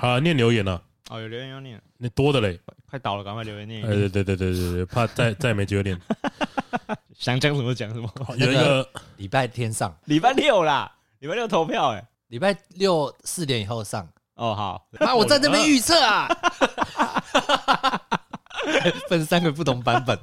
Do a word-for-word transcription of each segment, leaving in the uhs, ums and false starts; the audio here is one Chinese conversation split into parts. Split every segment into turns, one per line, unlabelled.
好，念留言啊。
哦，有留言要念，
那多的嘞，
快倒了，赶快留言念一念。
对对对对对对，怕再再没机会念。
想讲什么讲什么。
有一个
礼拜天上，
礼拜六啦，礼拜六投票哎、欸，
礼拜六四点以后上。
哦好，
妈，我在这边预测啊，分三个不同版本，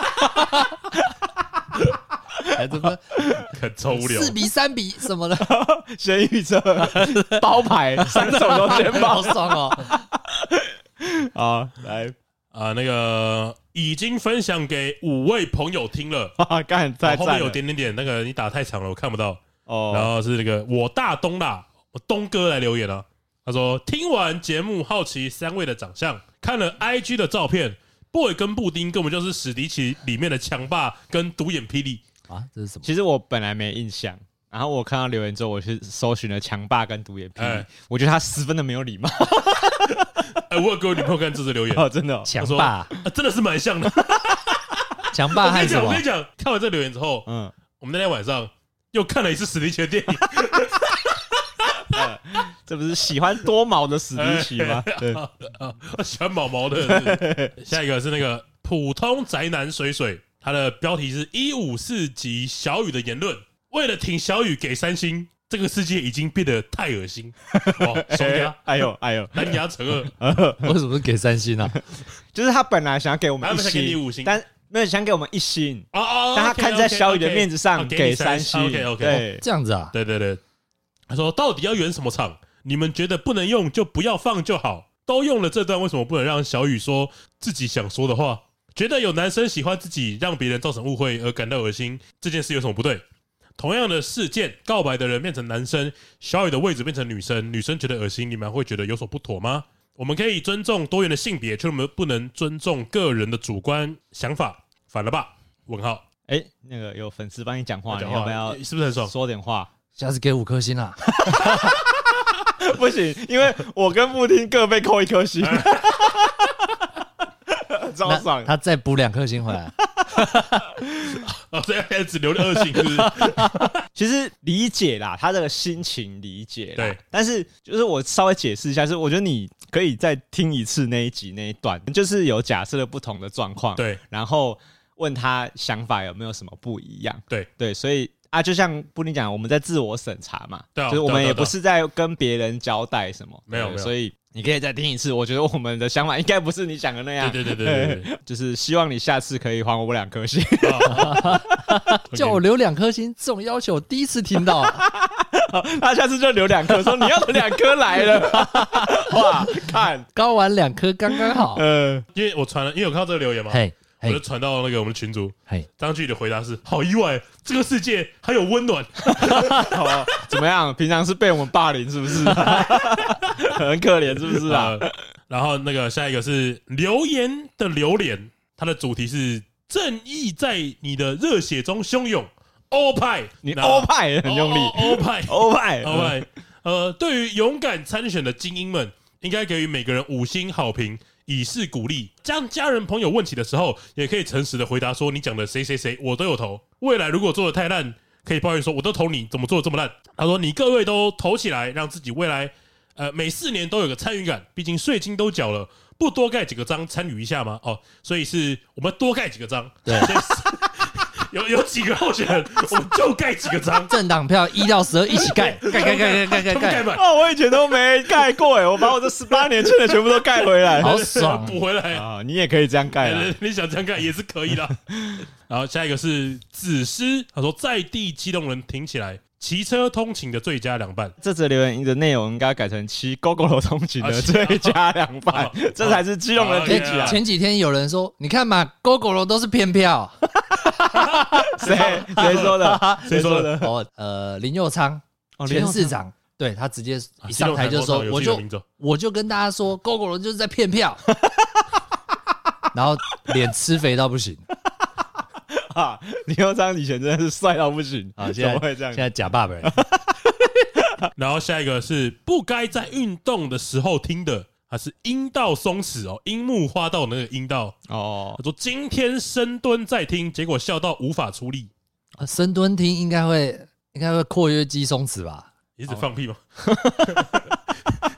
还这么
很超无聊，
四比三比什么的，
先预测包牌，三手都先包，
好爽哦！
好，来
啊，那个已经分享给五位朋友听了，
干太赞了，
后面有点点点，那个你打太长了，我看不到。
哦，
然后是那个我大东啦，我东哥来留言啊，他说听完节目好奇三位的长相，看了 I G 的照片 ，boy 跟布丁根本就是史迪奇里面的强霸跟独眼霹雳
啊，这是什么？
其实我本来没印象。然后我看到留言之后，我去搜寻了强霸跟独眼霹雳，
哎
我觉得他十分的没有礼貌。
哎，我有给我女朋友看这则留言，
哦，真的哦，
强霸，
啊，真的是蛮像的。
强霸和什么？
我跟你讲，看完这留言之后，嗯，我们那天晚上又看了一次史迪奇的电影。
呃、这不是喜欢多毛的史迪奇吗？对，
我喜欢毛毛的。下一个是那个普通宅男水水，他的标题是一五四集小雨的言论。为了挺小雨给三星，这个世界已经变得太恶心。哦，双压，
哎呦哎呦，
单压乘二。
为什么是给三星啊？
就是他本来想要给我们一
星，给你五
星，但没有想给我们一星。
哦哦，
但他看在小雨的面子上给三星。
OK OK，
对，
这样子啊？
对对对。他说到底要圆什么场？你们觉得不能用就不要放就好。都用了这段，为什么不能让小雨说自己想说的话？觉得有男生喜欢自己让别人造成误会而感到恶心，这件事有什么不对？同样的事件，告白的人变成男生，小雨的位置变成女生，女生觉得恶心，你们会觉得有所不妥吗？我们可以尊重多元的性别，却我们不能尊重个人的主观想法，反了吧？问号。
哎、欸，那个有粉丝帮你讲话，你要不要？
是不是很爽？
说点话。
下次给五颗星啦。
不行，因为我跟布丁各被扣一颗星。超爽！
他再补两颗星回来。
哦，所以现在只留了二星，是不是？
其实理解啦，他这个心情理解啦。
对，
但是就是我稍微解释一下，就是我觉得你可以再听一次那一集那一段，就是有假设了不同的状况，
对，
然后问他想法有没有什么不一样，
对
对，所以啊，就像布丁讲，我们在自我审查嘛，
对、啊，
就是我们也不是在跟别人交代什么，
没有，没有，
所以。你可以再听一次，我觉得我们的想法应该不是你想的那样。
对对对对 对, 對，
就是希望你下次可以还我两颗星。
叫我留两颗星，这种要求我第一次听到。
他下次就留两颗，说你要的两颗来了。哇，看
高玩两颗刚刚好。
呃，
因为我传了，因为我看到这个留言嘛。
嘿。
我就传到那个我们群组，
嘿，
张居的回答是：好意外，这个世界还有温暖。
哦、怎么样？平常是被我们霸凌，是不是？很可怜，是不是啊、呃？
然后那个下一个是留言的榴莲，它的主题是正义在你的热血中汹涌，欧派，
你欧派很用力，
欧派，
欧派，
欧派。呃，对于勇敢参选的精英们，应该给予每个人五星好评。以示鼓励，将家人朋友问起的时候，也可以诚实的回答说：“你讲的谁谁谁，我都有投。未来如果做的太烂，可以抱怨说我都投你，怎么做的这么烂？”他说：“你各位都投起来，让自己未来呃每四年都有个参与感。毕竟税金都缴了，不多盖几个章参与一下吗？哦，所以是我们多盖几个章。
对，
有有几个候选人，我们就盖几个章。
政党票一到十二一起盖，盖盖盖盖盖盖盖。
哦，
我以前都没盖过哎，我把我这十八年前的全部都盖回来，
好爽，
补回来
啊！你也可以这样盖啊，
你想这样盖也是可以的。然后下一个是子诗，他说在地机动人挺起来。骑车通勤的最佳凉拌，
这则留言的内容应该改成骑 GoGo 通勤的最佳凉拌，啊、这才是机动人挺起来。
前几天有人说，你看嘛 ，GoGo 都是骗票，
谁谁说的？谁说的？
哦，呃，林右昌，
哦、
前市长，对他直接一上台就说，啊、我就我就跟大家说 ，GoGo 就是在骗票，然后脸吃肥到不行。
啊，林右昌以前真的是帅到不行
啊！现在
会这样？
现在假爸爸。
然后下一个是不该在运动的时候听的，它是阴道松弛哦，樱木花道那个阴道哦。他说今天深蹲在听，结果笑到无法出力。
啊，深蹲听应该会应该会括约肌松弛吧？
一直放屁吗？
可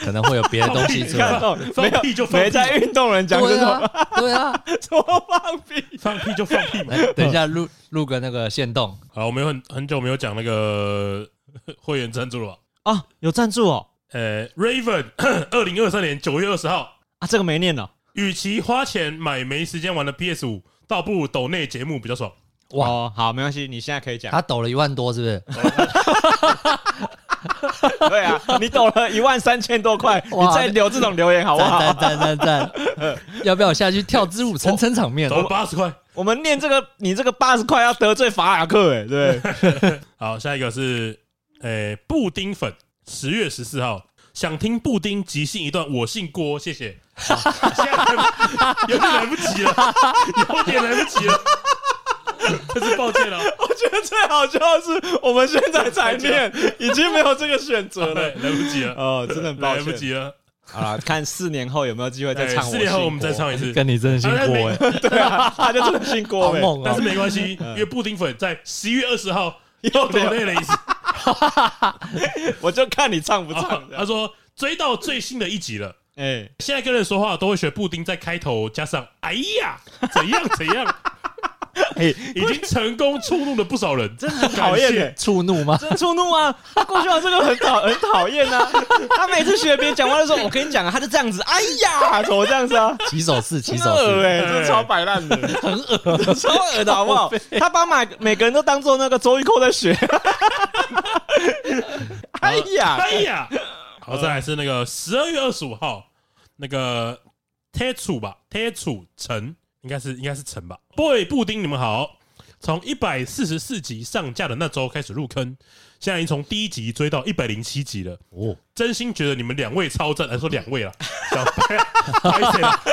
可能会有别的东西出来。
放屁就放屁，
没在运动人讲这种，
对啊，
怎么放屁？
放屁就放屁嘛。
等一下录录个那个限动。
好，我们有很很久没有讲那个会员赞助了吧？
啊，有赞助哦。
呃 ，Raven 二零二三年九月二十号
啊，这个没念了。
与其花钱买没时间玩的 P S 五，倒不如抖内节目比较爽。
哇，哦、好，没关系，你现在可以讲。
他抖了一万多，是不是？
对啊，你抖了一万三千多块，你再留这种留言好不好？
赞赞赞赞！要不要我下去跳支舞撑撑场面？
抖八十块，
我们念这个，你这个八十块要得罪法雅克哎，对。
好，下一个是呃布丁粉，十月十四号。想听布丁即兴一段，我姓郭，谢谢。现在有点来不及了，有点来不及了，真是抱歉了。
我觉得最好笑的是，我们现在才念，已经没有这个选择了，
来不及了。
哦，真的很抱歉，
来不及了。
好了，看四年后有没有机会再唱我。
四年后我们再唱一次，
跟你真的姓郭哎，
对啊，他就真的姓郭哎，
但是没关系，因为布丁粉在十一月二十号又抖内了一次。
我就看你唱不唱、哦。
他说追到最新的一集了，哎、
欸，
现在跟人说话都会学布丁在开头加上“哎呀，怎样怎样”，哎、欸，已经成功触怒了不少人，
真的很讨厌耶！
触怒吗？
真的触怒啊！郭秀华这个很讨很讨厌啊！他每次学别人讲话的时候，我跟你讲啊，他就这样子，哎呀，怎么这样子啊？
起手式，起手
式，哎，真的超摆烂的，很恶，超恶的好不好？他把每每个人都当做那个周玉蔻在学。哎呀，
哎呀！好，再来是那个十二月二十五号，那个 Tetsu 吧 ，Tetsu 陈应该是应该是陈吧。Boy 布丁，你们好！从一百四十四集上架的那周开始入坑，现在已经从第一集追到一百零七集了。哦，真心觉得你们两位超赞，还说两位啦，小白，拍谁啦？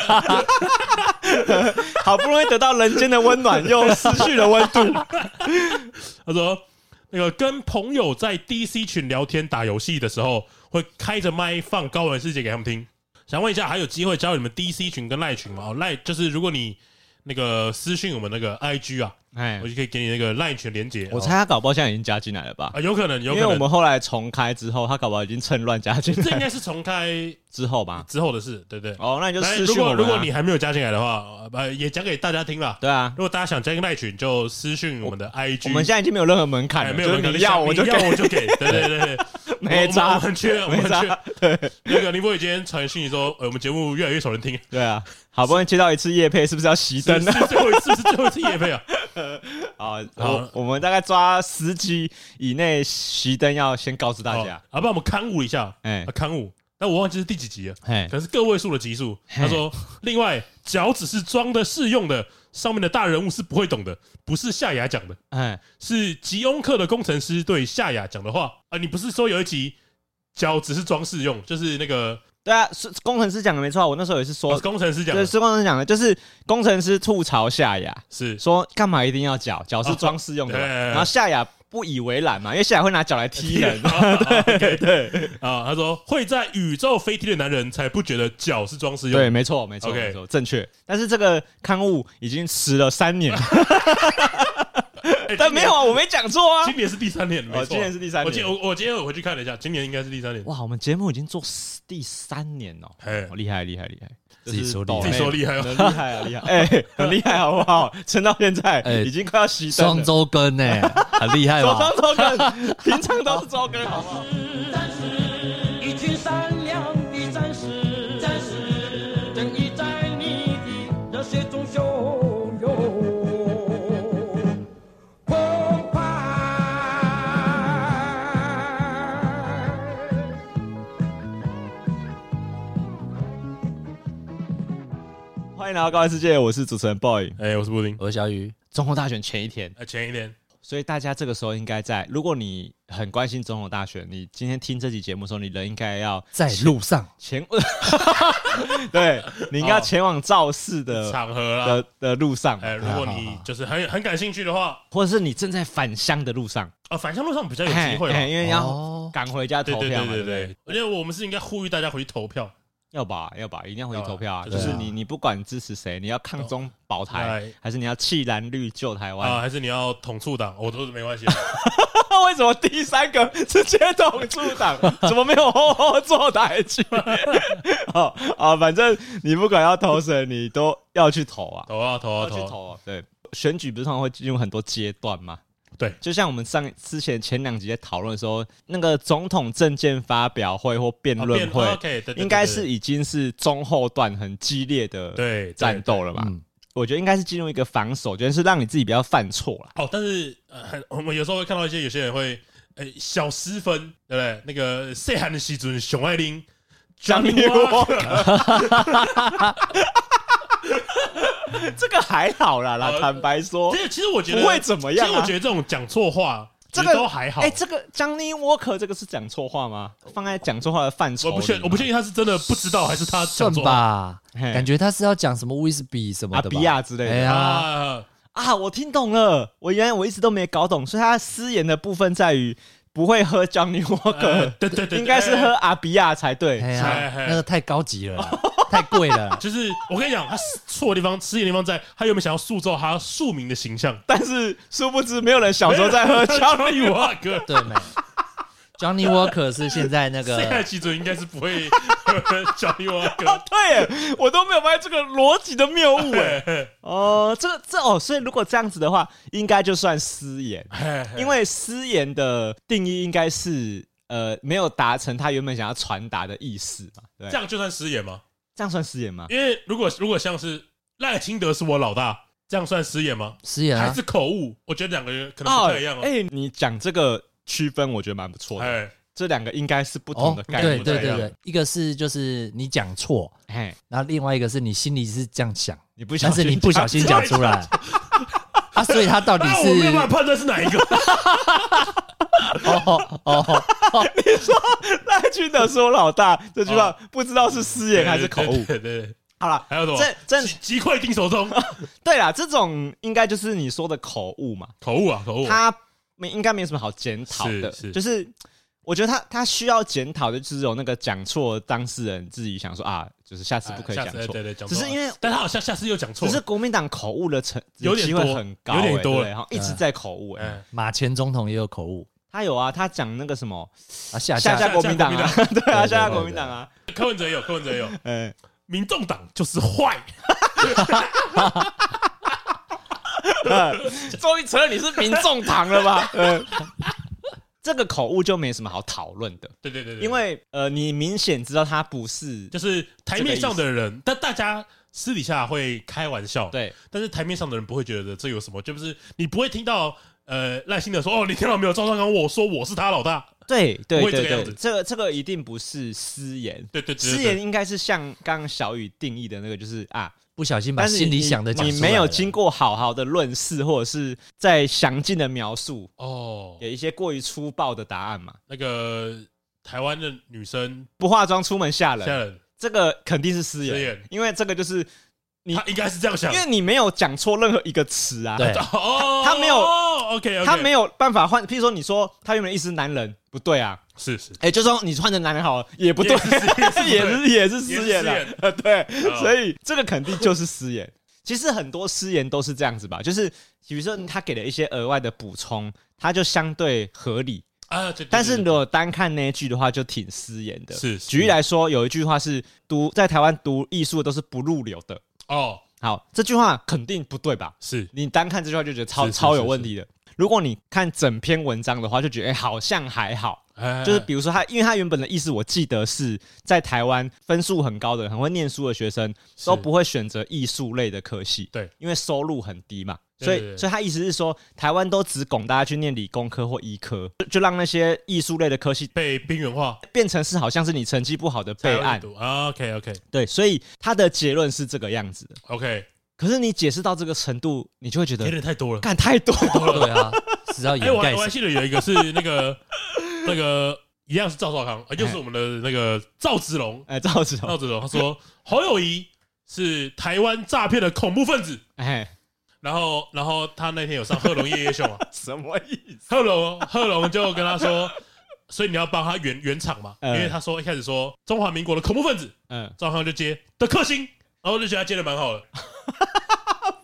好不容易得到人间的温暖，又失去了温度。
他说，那个跟朋友在 D C 群聊天打游戏的时候，会开着麦放高玩世界给他们听。想问一下，还有机会加入你们 D C 群跟赖群吗？哦，赖就是如果你那个私讯我们那个 I G 啊，我就可以给你那个赖群连结。
我猜他搞不好现在已经加进来了吧？
啊，有可能，有可能，
因为我们后来重开之后，他搞不好已经趁乱加进来。
这应该是重开
之后吧？
之后的事，对不对？
哦，那你就私
讯我们、啊。如果如果你还没有加进来的话，呃，也讲给大家听啦。
对啊，
如果大家想加进赖群，就私讯我们的 I G。
我们现在已经没有任何门槛了，
没有门槛，
你要我就
要我就给。对对对对，
没差，
我们缺，我们缺。
对，
那个林博宇今天传讯息说，呃，我们节目越来越少人听。
对啊，好不容易接到一次业配，是不是要熄灯呢？
是最后一次，是最后一次业配啊。
好，我我们大概抓十集以内熄灯，要先告诉大家。
好，帮我们刊物一下，
哎，
刊物。但我忘记是第几集了，可是个位数的集数。他说，另外脚只是装的试用的，上面的大人物是不会懂的，不是夏雅讲的，哎，是吉翁克的工程师对夏雅讲的话啊。你不是说有一集脚只是装饰用，就是那个。
对啊，是工程师讲的没错。我那时候也是说，
哦、工程师讲的，
对，是工程师讲的，就是工程师吐槽夏雅，
是
说干嘛一定要脚？脚是装饰用的，然后夏雅不以为然嘛，因为夏雅会拿脚来踢人。对对
啊，他说会在宇宙飞踢的男人才不觉得脚是装饰用的。
对，没错，没错，没错，正确。但是这个刊物已经迟了三年。但没有啊，我没讲错啊。
今年是第三年，没错，
今年是第三年。
我今我我今天我回去看了一下，今年应该是第三年。
哇，我们节目已经做第三年哦，厉害厉害厉害！
自己说
厉害，自己说厉害，
很厉害啊，厉害！哎，很厉害，好不好？撑到现在，已经快要熄灯了。
双周更呢，很厉害吧？
双周更，平常都是周更，好不好？一群善良的战士，战士，正义在你的热血中汹涌。欢迎来到高玩世界，我是主持人 boy，
哎、欸，我是布丁，
我是小雨。
总统大选前一天，
呃，前一天，
所以大家这个时候应该在，如果你很关心总统大选，你今天听这期节目的时候，你人应该要
在路上
前，对，你应该要前往造势的
场合啦
的的路上。
哎、欸，如果你就是很很感兴趣的话，
或者是你正在返乡的路上，
哦，返乡路上比较有机会，
因为要赶回家投票嘛，
对对对对。而且我们是应该呼吁大家回去投票。
要吧，要吧，一定要回去投票啊！就是你，你不管支持谁，你要抗中保台，还是你要弃蓝绿救台湾
啊，还是你要统促党，我都是没关系。
道为什么第三个直接捅出档，怎么没有后后做台去？哦啊，反正你不管要投谁，你都要去投啊，
投啊投啊
要去投啊。对，选举不是通常会进入很多阶段吗？
对，
就像我们上之前前两集在讨论的时候，那个总统政见发表会或辩论会，
啊 okay, 对对对对，
应该是已经是中后段很激烈的战斗了嘛。
嗯，
我觉得应该是进入一个防守，就是让你自己不要犯错啦。
哦，但是呃，我们有时候会看到一些有些人会，呃、欸，小失分，对不对？那个细汉的时阵，熊爱玲 ，Johnny Walker。
这个还好啦，啦、呃，坦白说，
这其实我觉得
不会怎么样、啊。
其实我觉得这种讲错话，这个都还好。
哎、欸，这个 Johnny Walker 这个是讲错话吗？放在讲错话的范畴。
我不确，我不确定他是真的不知道，还是他讲错
话吧？感觉他是要讲什么威士比什么的吧，
阿比亚之类的。哎
呀
啊，啊，我听懂了。我原来我一直都没搞懂，所以他失言的部分在于不会喝 Johnny Walker，、呃、
对对 对, 對，
应该是喝阿比亚才对。
哎呀，那个太高级了。太贵了，
就是我跟你讲，他错的地方，失言的地方在，他有没有想要塑造他庶民的形象？
但是殊不知，没有人小时候在喝 Johnny Walker，
对没 ？Johnny Walker 是现在那个，
现在记者应该是不会喝 Johnny Walker、
哦。对，我都没有发现这个逻辑的谬误哎。哦，这个这哦，所以如果这样子的话，应该就算失言，因为失言的定义应该是呃没有达成他原本想要传达的意思嘛。对，
这样就算失言吗？
这样算失言吗？
因为如果如果像是赖清德是我老大，这样算失言吗？
失言、啊、
还是口误？我觉得两个人可能不太一样哦。
哎、欸，你讲这个区分，我觉得蛮不错的。哎，这两个应该是不同的概念。
哦、对对对对，一个是就是你讲错，哎，然后另外一个是你心里是这样想，
你不小心
但是你不小心讲出来啊，所以他到底是、啊、
我没有办法判断是哪一个。
哦哦哦！你说赖清德是我老大这句话，不知道是失言还是口误？
对对对，
好了，
还有什么？
这这
击溃定手中。
对啦，这种应该就是你说的口误嘛？
口误啊，口误。
他没应该没有什么好检讨的，
是是
就是我觉得他他需要检讨的，就是有那个讲错当事人自己想说啊，就是下次不可以讲错。
对对，
只是因为，
但他好像下次又讲错，
只是国民党口误的成
有点
机会很高，
有点多，
然后一直在口误。哎，
马前总统也有口误。
他有啊，他讲那个什么
啊，下
下下国民党啊，对啊，下下国民党啊，
柯文哲也有，柯文哲也有，
嗯，
民众党就是坏，
终于承认你是民众党了吧？嗯，这个口误就没什么好讨论的，
对对对对，
因为呃，你明显知道他不是，
就是台面上的人，但大家私底下会开玩笑，
对，
但是台面上的人不会觉得这有什么，就是你不会听到。呃，赖清德说：“哦，你听到没有？赵少康我说我是他老大。”
对对对对，
这个
这个这个一定不是失言。
对对对，
失言应该是像刚刚小雨定义的那个，就是啊，
不小心把心里想的讲出来，
你没有经过好好的论事，或者是在详尽的描述
哦，
有一些过于粗暴的答案嘛。
那个台湾的女生
不化妆出门吓人，
吓人，
这个肯定是失言，
失言，
因为这个就是。
你他应该是这样想，
因为你没有讲错任何一个词啊。
对，
哦，
他没有、
哦、，OK，
他没有办法换。譬如说，你说他原本意思是男人，不对啊。
是是，
哎、欸，就说你换成男人好了，也不对，也是也是失言了。对，哦、所以这个肯定就是失言。其实很多失言都是这样子吧，就是比如说他给了一些额外的补充，他就相对合理。
啊，对对对对，
但是如果单看那一句的话，就挺失言的。
是，
举例来说，有一句话是读在台湾读艺术的都是不入流的。
哦，
好，这句话肯定不对吧？
是你
单看这句话就觉得超超有问题的。如果你看整篇文章的话，就觉得哎、欸，好像还好。哎，就是比如说他，因为他原本的意思，我记得是在台湾分数很高的、很会念书的学生都不会选择艺术类的科系，
对，
因为收入很低嘛。所以，对对对，所以他意思是说，台湾都只拱大家去念理工科或医科，就, 就让那些艺术类的科系
被边缘化，
变成是好像是你成绩不好的备案。
OK OK，
对，所以他的结论是这个样子的。
OK，
可是你解释到这个程度，你就会觉得
有点太多了，
干太多了，
对啊，是要掩盖。
哎、欸，我还记得有一个是那个那个一样是赵少康，就是我们的那个赵子龙，
哎，赵子龙，
赵子龙，他说侯友宜是台湾诈骗的恐怖分子，
哎。
然后，然后他那天有上贺龙夜夜秀啊？
什么意思？
贺龙贺龙就跟他说，所以你要帮他圆圆场嘛，嗯、因为他说一开始说中华民国的恐怖分子，嗯，赵康就接的克星，然后就觉得他接的蛮好的，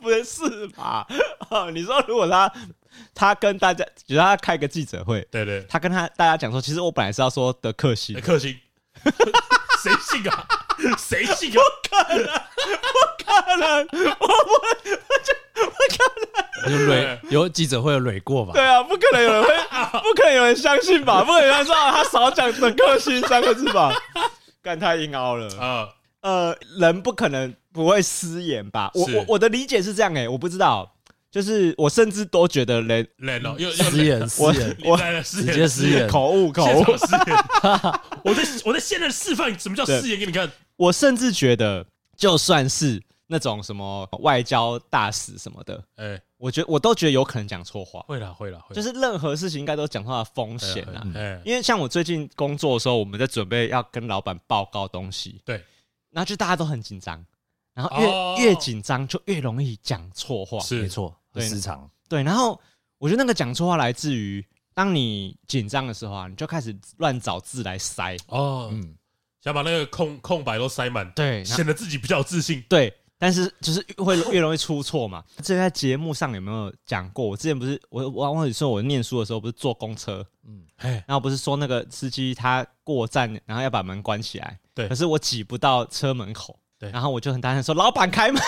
不是吧？哦，你说如果他他跟大家，比如他开个记者会，
对对，
他跟他大家讲说，其实我本来是要说德克星，
德克星，谁信啊？谁信啊？
不可能，不可能，我我我就不可能。
有蕊有记者会有蕊过吧？
对啊，不可能有人会，不可能有人相信吧？不可能有人说、啊、他少讲德克星三个字吧？干太硬凹了啊！呃，人不可能不会失言吧？我我我的理解是这样哎、欸，我不知道，就是我甚至都觉得人
人哦，又
失言失言，
我来了失言，
直接失言，
口误口误
失言。我在我在现在示范什么叫失言给你看。
我甚至觉得，就算是那种什么外交大使什么的，哎、欸，我觉得我都觉得有可能讲错话。
会啦会啦，
就是任何事情应该都讲错的风险啦。
嗯、
因为像我最近工作的时候，我们在准备要跟老板报告东西，
对，
然后就大家都很紧张，然后越、哦、越紧张就越容易讲错话，
是没错，
对，
时常
对。然后我觉得那个讲错话来自于，当你紧张的时候啊，你就开始乱找字来塞
哦，嗯。想把那个空空白都塞满，
对，
显得自己比较有自信。
对，但是就是会越容易出错嘛。之前在节目上有没有讲过？我之前不是我我忘记说，我念书的时候不是坐公车，嗯，然后不是说那个司机他过站，然后要把门关起来，
对，
可是我挤不到车门口，
对，
然后我就很大声说：“老板开门。”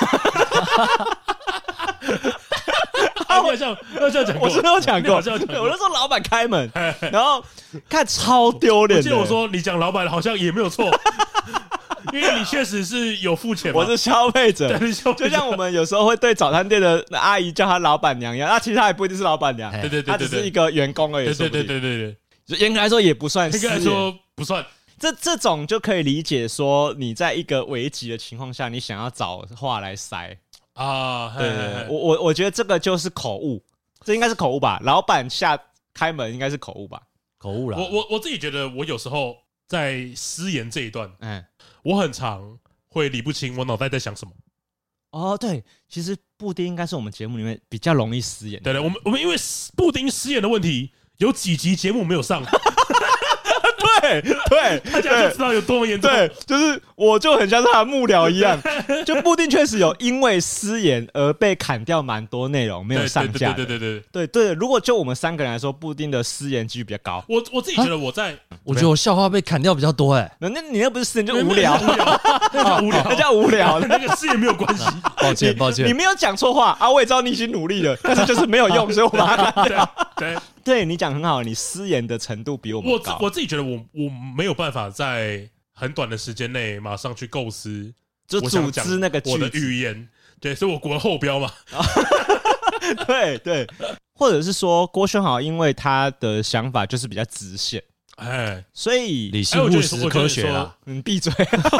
啊，我好像好像讲过，
我是有讲过，
我就
说老板开门，然后看超丢脸。
我记得我说你讲老板好像也没有错，因为你确实是有付钱嘛，
我是消费者，
对，消费者。
就像我们有时候会对早餐店的阿姨叫她老板娘一样，那其实她也不一定是老板娘，
对对对，
她只是一个员工而已。
对对对对对
对，严格来说也不算，
严格来说不算。
这这种就可以理解说，你在一个危急的情况下，你想要找话来塞。啊，对对对，我我我觉得这个就是口误，这应该是口误吧？老板下开门应该是口误吧？
口误啦。
我我我自己觉得，我有时候在失言这一段，嗯，我很常会理不清我脑袋在想什么。
哦，对，其实布丁应该是我们节目里面比较容易失言的。
对对，我们我们因为布丁失言的问题，有几集节目没有上。
对对，
大家就知道有多么严重。
对，就是我就很像是他的幕僚一样，就布丁确实有因为失言而被砍掉蛮多内容，没有上架。
对对对对
对对对，如果就我们三个人来说，布丁的失言几率比较高。
我我自己觉得我在，
我觉得我笑话被砍掉比较多哎。
那你那不是失言，就无聊，
无聊，
那叫无聊，
那个失言没有关系。
抱歉抱歉，
你没有讲错话啊，我也知道你已经努力了，但是就是没有用，所以我把它砍掉。
对。
对你讲很好，你失言的程度比我们高。
我我自己觉得我我没有办法在很短的时间内马上去构思，
就组织那个
我的语言。对，所以我国后标嘛。
对对，或者是说郭轩豪，因为他的想法就是比较直线，哎，所以
理性务实科学啊。
嗯，闭嘴。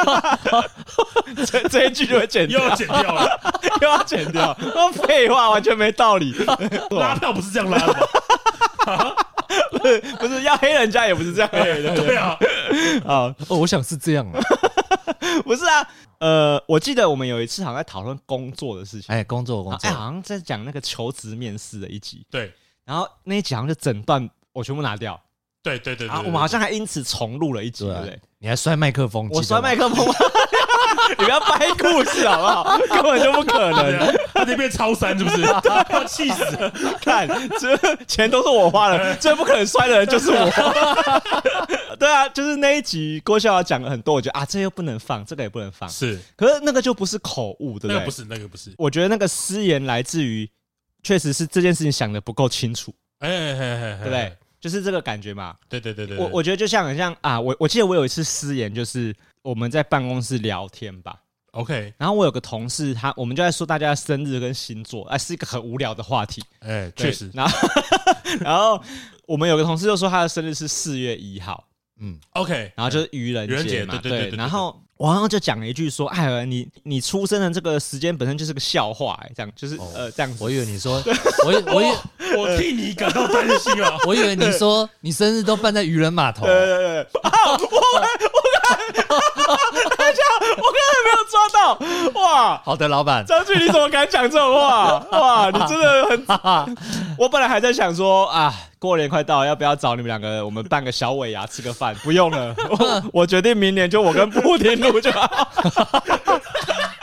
这这一句就会剪掉，
又要剪掉了，
又要剪掉。废话，完全没道理。
拉票不是这样拉的吗？
不是不是要黑人家也不是这样黑的，
对啊，
啊，哦，我想是这样啊，
不是啊，呃，我记得我们有一次好像在讨论工作的事情，
哎，工作工作，
哎，好像在讲那个求职面试的一集，
对，
然后那一集好像就整段我全部拿掉，
对对对，
啊，我们好像还因此重录了一集，对不对？
你还摔麦克风，
我摔麦克风吗？你不要掰故事好不好？根本就不可能，
他那边超三是不是？要气死了！
看，这钱都是我花的，最不可能摔的人就是我。对啊，就是那一集郭笑讲了很多，我觉得啊，这又不能放，这个也不能放。
是，
可是那个就不是口误，对不对？
那个不是，那个不是。
我觉得那个失言来自于，确实是这件事情想的不够清楚，哎，对不对？就是这个感觉嘛。
对对对对，
我我觉得就像很像啊，我我记得我有一次失言，就是我们在办公室聊天吧。
OK，
然后我有个同事，他我们就在说大家的生日跟星座，哎，是一个很无聊的话题。
哎，确实。
然后，然后我们有个同事就说他的生日是四月一号。
嗯 ，OK，
然后就是愚人节嘛，
对对对。
然后我好像就讲了一句说：“哎，你你出生的这个时间本身就是个笑话，哎，这样就是呃这样子。”
我以为你说，我我以
我替你感到担心啊！
我以为你说你生日都办在渔人码头。
对对对，啊，我我我看一下，我刚才没有抓到，哇！
好的，老板
张俊，你怎么敢讲这种话？哇，你真的很……我本来还在想说啊，过年快到了，要不要找你们两个，我们办个小尾牙吃个饭？不用了，我, 我决定明年就我跟布丁录就好。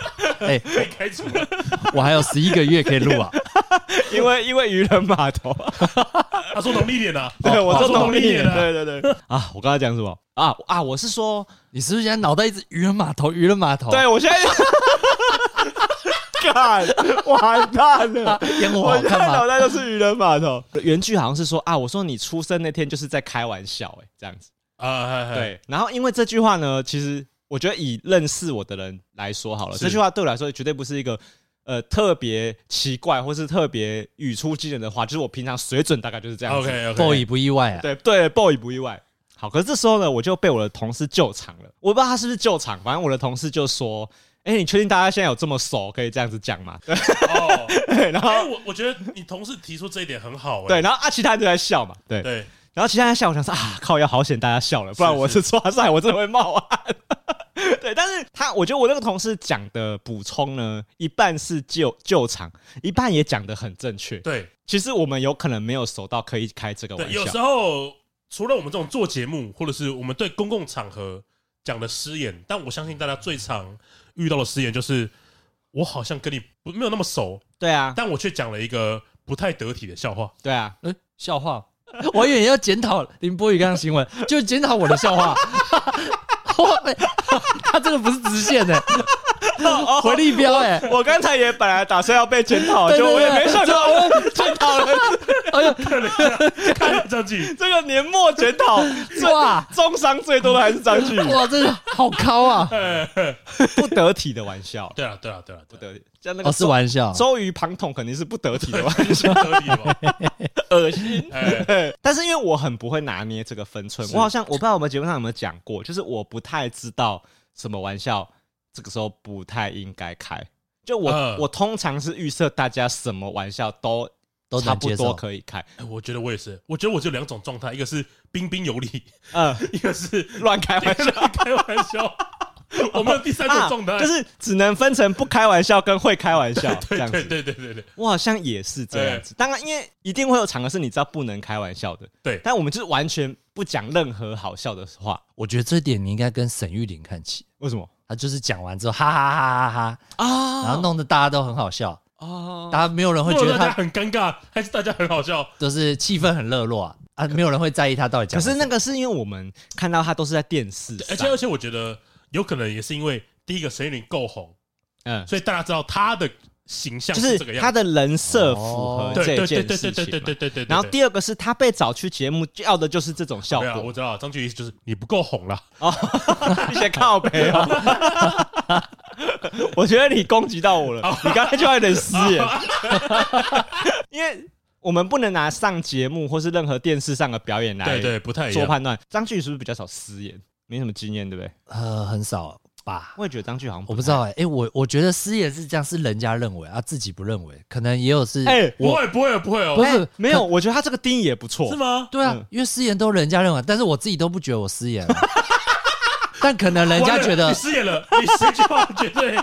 哎，
被开除了，
我还有十一个月可以录啊。
因为因为渔人码头，
他说农历年啊，
对我说农历年，
历年啊，
对对对啊，我刚才讲什么啊啊？我是说，
你是不是现在脑袋一直渔人码头，渔人码头？
对我现在。干，完蛋了！
烟火
我现在
好看吗？
脑袋都是渔人码头。原句好像是说啊，我说你出生那天就是在开玩笑、欸，哎，这样子
啊，嘿嘿
对。然后因为这句话呢，其实我觉得以认识我的人来说好了，
是
这句话对我来说绝对不是一个呃特别奇怪或是特别语出惊人的话，就是我平常水准大概就是这样子。
OK
boy
OK，
不意外啊。
对对 ，boy 不意外。好，可是这时候呢，我就被我的同事救场了。我不知道他是不是救场，反正我的同事就说。哎、欸，你确定大家现在有这么熟，可以这样子讲吗？对，
哦，
对，然后、
欸、我我觉得你同事提出这一点很好、欸，
对，然后啊，其他人就在笑嘛，对
对，
然后其他人笑，我想说啊，靠，要好险大家笑了，不然我是抓赛，我真的会冒汗。对，但是他，我觉得我那个同事讲的补充呢，一半是救救场，一半也讲的很正确。
对，
其实我们有可能没有熟到可以开这个玩笑。
有时候除了我们这种做节目，或者是我们对公共场合讲的失言，但我相信大家最常遇到的失言就是我好像跟你不没有那么熟，
对啊，
但我却讲了一个不太得体的笑话。
对啊，
欸、笑话，我以为要检讨林波宇刚刚行为，就检讨我的笑话。他这个不是直线的、欸，回力镖哎、欸！
我刚才也本来打算要被检讨，就我也没想到检讨了。
哎呦，
看了一下，看了张继，
这个年末检讨，哇，重伤最多的还是张继。
哇，这个好高啊！
不得体的玩笑。
对啊，对啊，对啊，
不得体。像那个
哦，是玩笑。
周瑜庞统肯定是不得体的玩笑，
得体吗？
恶心。但是因为我很不会拿捏这个分寸，我好像我不知道我们节目上有没有讲过，就是我不太知道什么玩笑这个时候不太应该开。就我、呃、我通常是预设大家什么玩笑都都差不多可以开。
欸、我觉得我也是，我觉得我只有两种状态，一个是彬彬有礼，
嗯，
一个是
乱开玩笑，
开玩笑。我们有第三种状态、
啊，就是只能分成不开玩笑跟会开玩笑这样子。
对对对对对，
我好像也是这样子。当然，因为一定会有场合是你知道不能开玩笑的，
对。
但我们就是完全不讲任何好笑的话。
我觉得这点你应该跟沈玉琳看齐。
为什么？
他就是讲完之后，哈哈哈哈哈啊，然后弄得大家都很好笑啊，大家没有人会觉得他
很尴尬，还是大家很好笑，
都是气氛很热络啊啊，没有人会在意他到底讲。
可是那个是因为我们看到他都是在电视上，
而且而且我觉得有可能也是因为。第一个沈玉琳够红，
嗯，
所以大家知道他的形象
是
这个样子，
他的人设符合这件事情。
对对对对对对对。
然后第二个是他被找去节目，要的就是这种效果。
对啊，我知道张俊意思就是你不够红了
哦，你先靠北哦。我觉得你攻击到我了，你刚才就有点失言，因为我们不能拿上节目或是任何电视上的表演来
对对不太一样
做判断。张俊是不是比较少失言？没什么经验，对不对？
呃，很少吧。
我也觉得张俊好像
我不知道哎、欸，哎、欸，我我觉得失言是这样，是人家认为啊，自己不认为，可能也有是。
哎、欸，
不会不会不会哦，
不是、欸、
没有，我觉得他这个定义也不错，
是吗？
对啊，嗯、因为失言都人家认为，但是我自己都不觉得我失言、啊。但可能人家觉得
你失言了，你这句话绝对，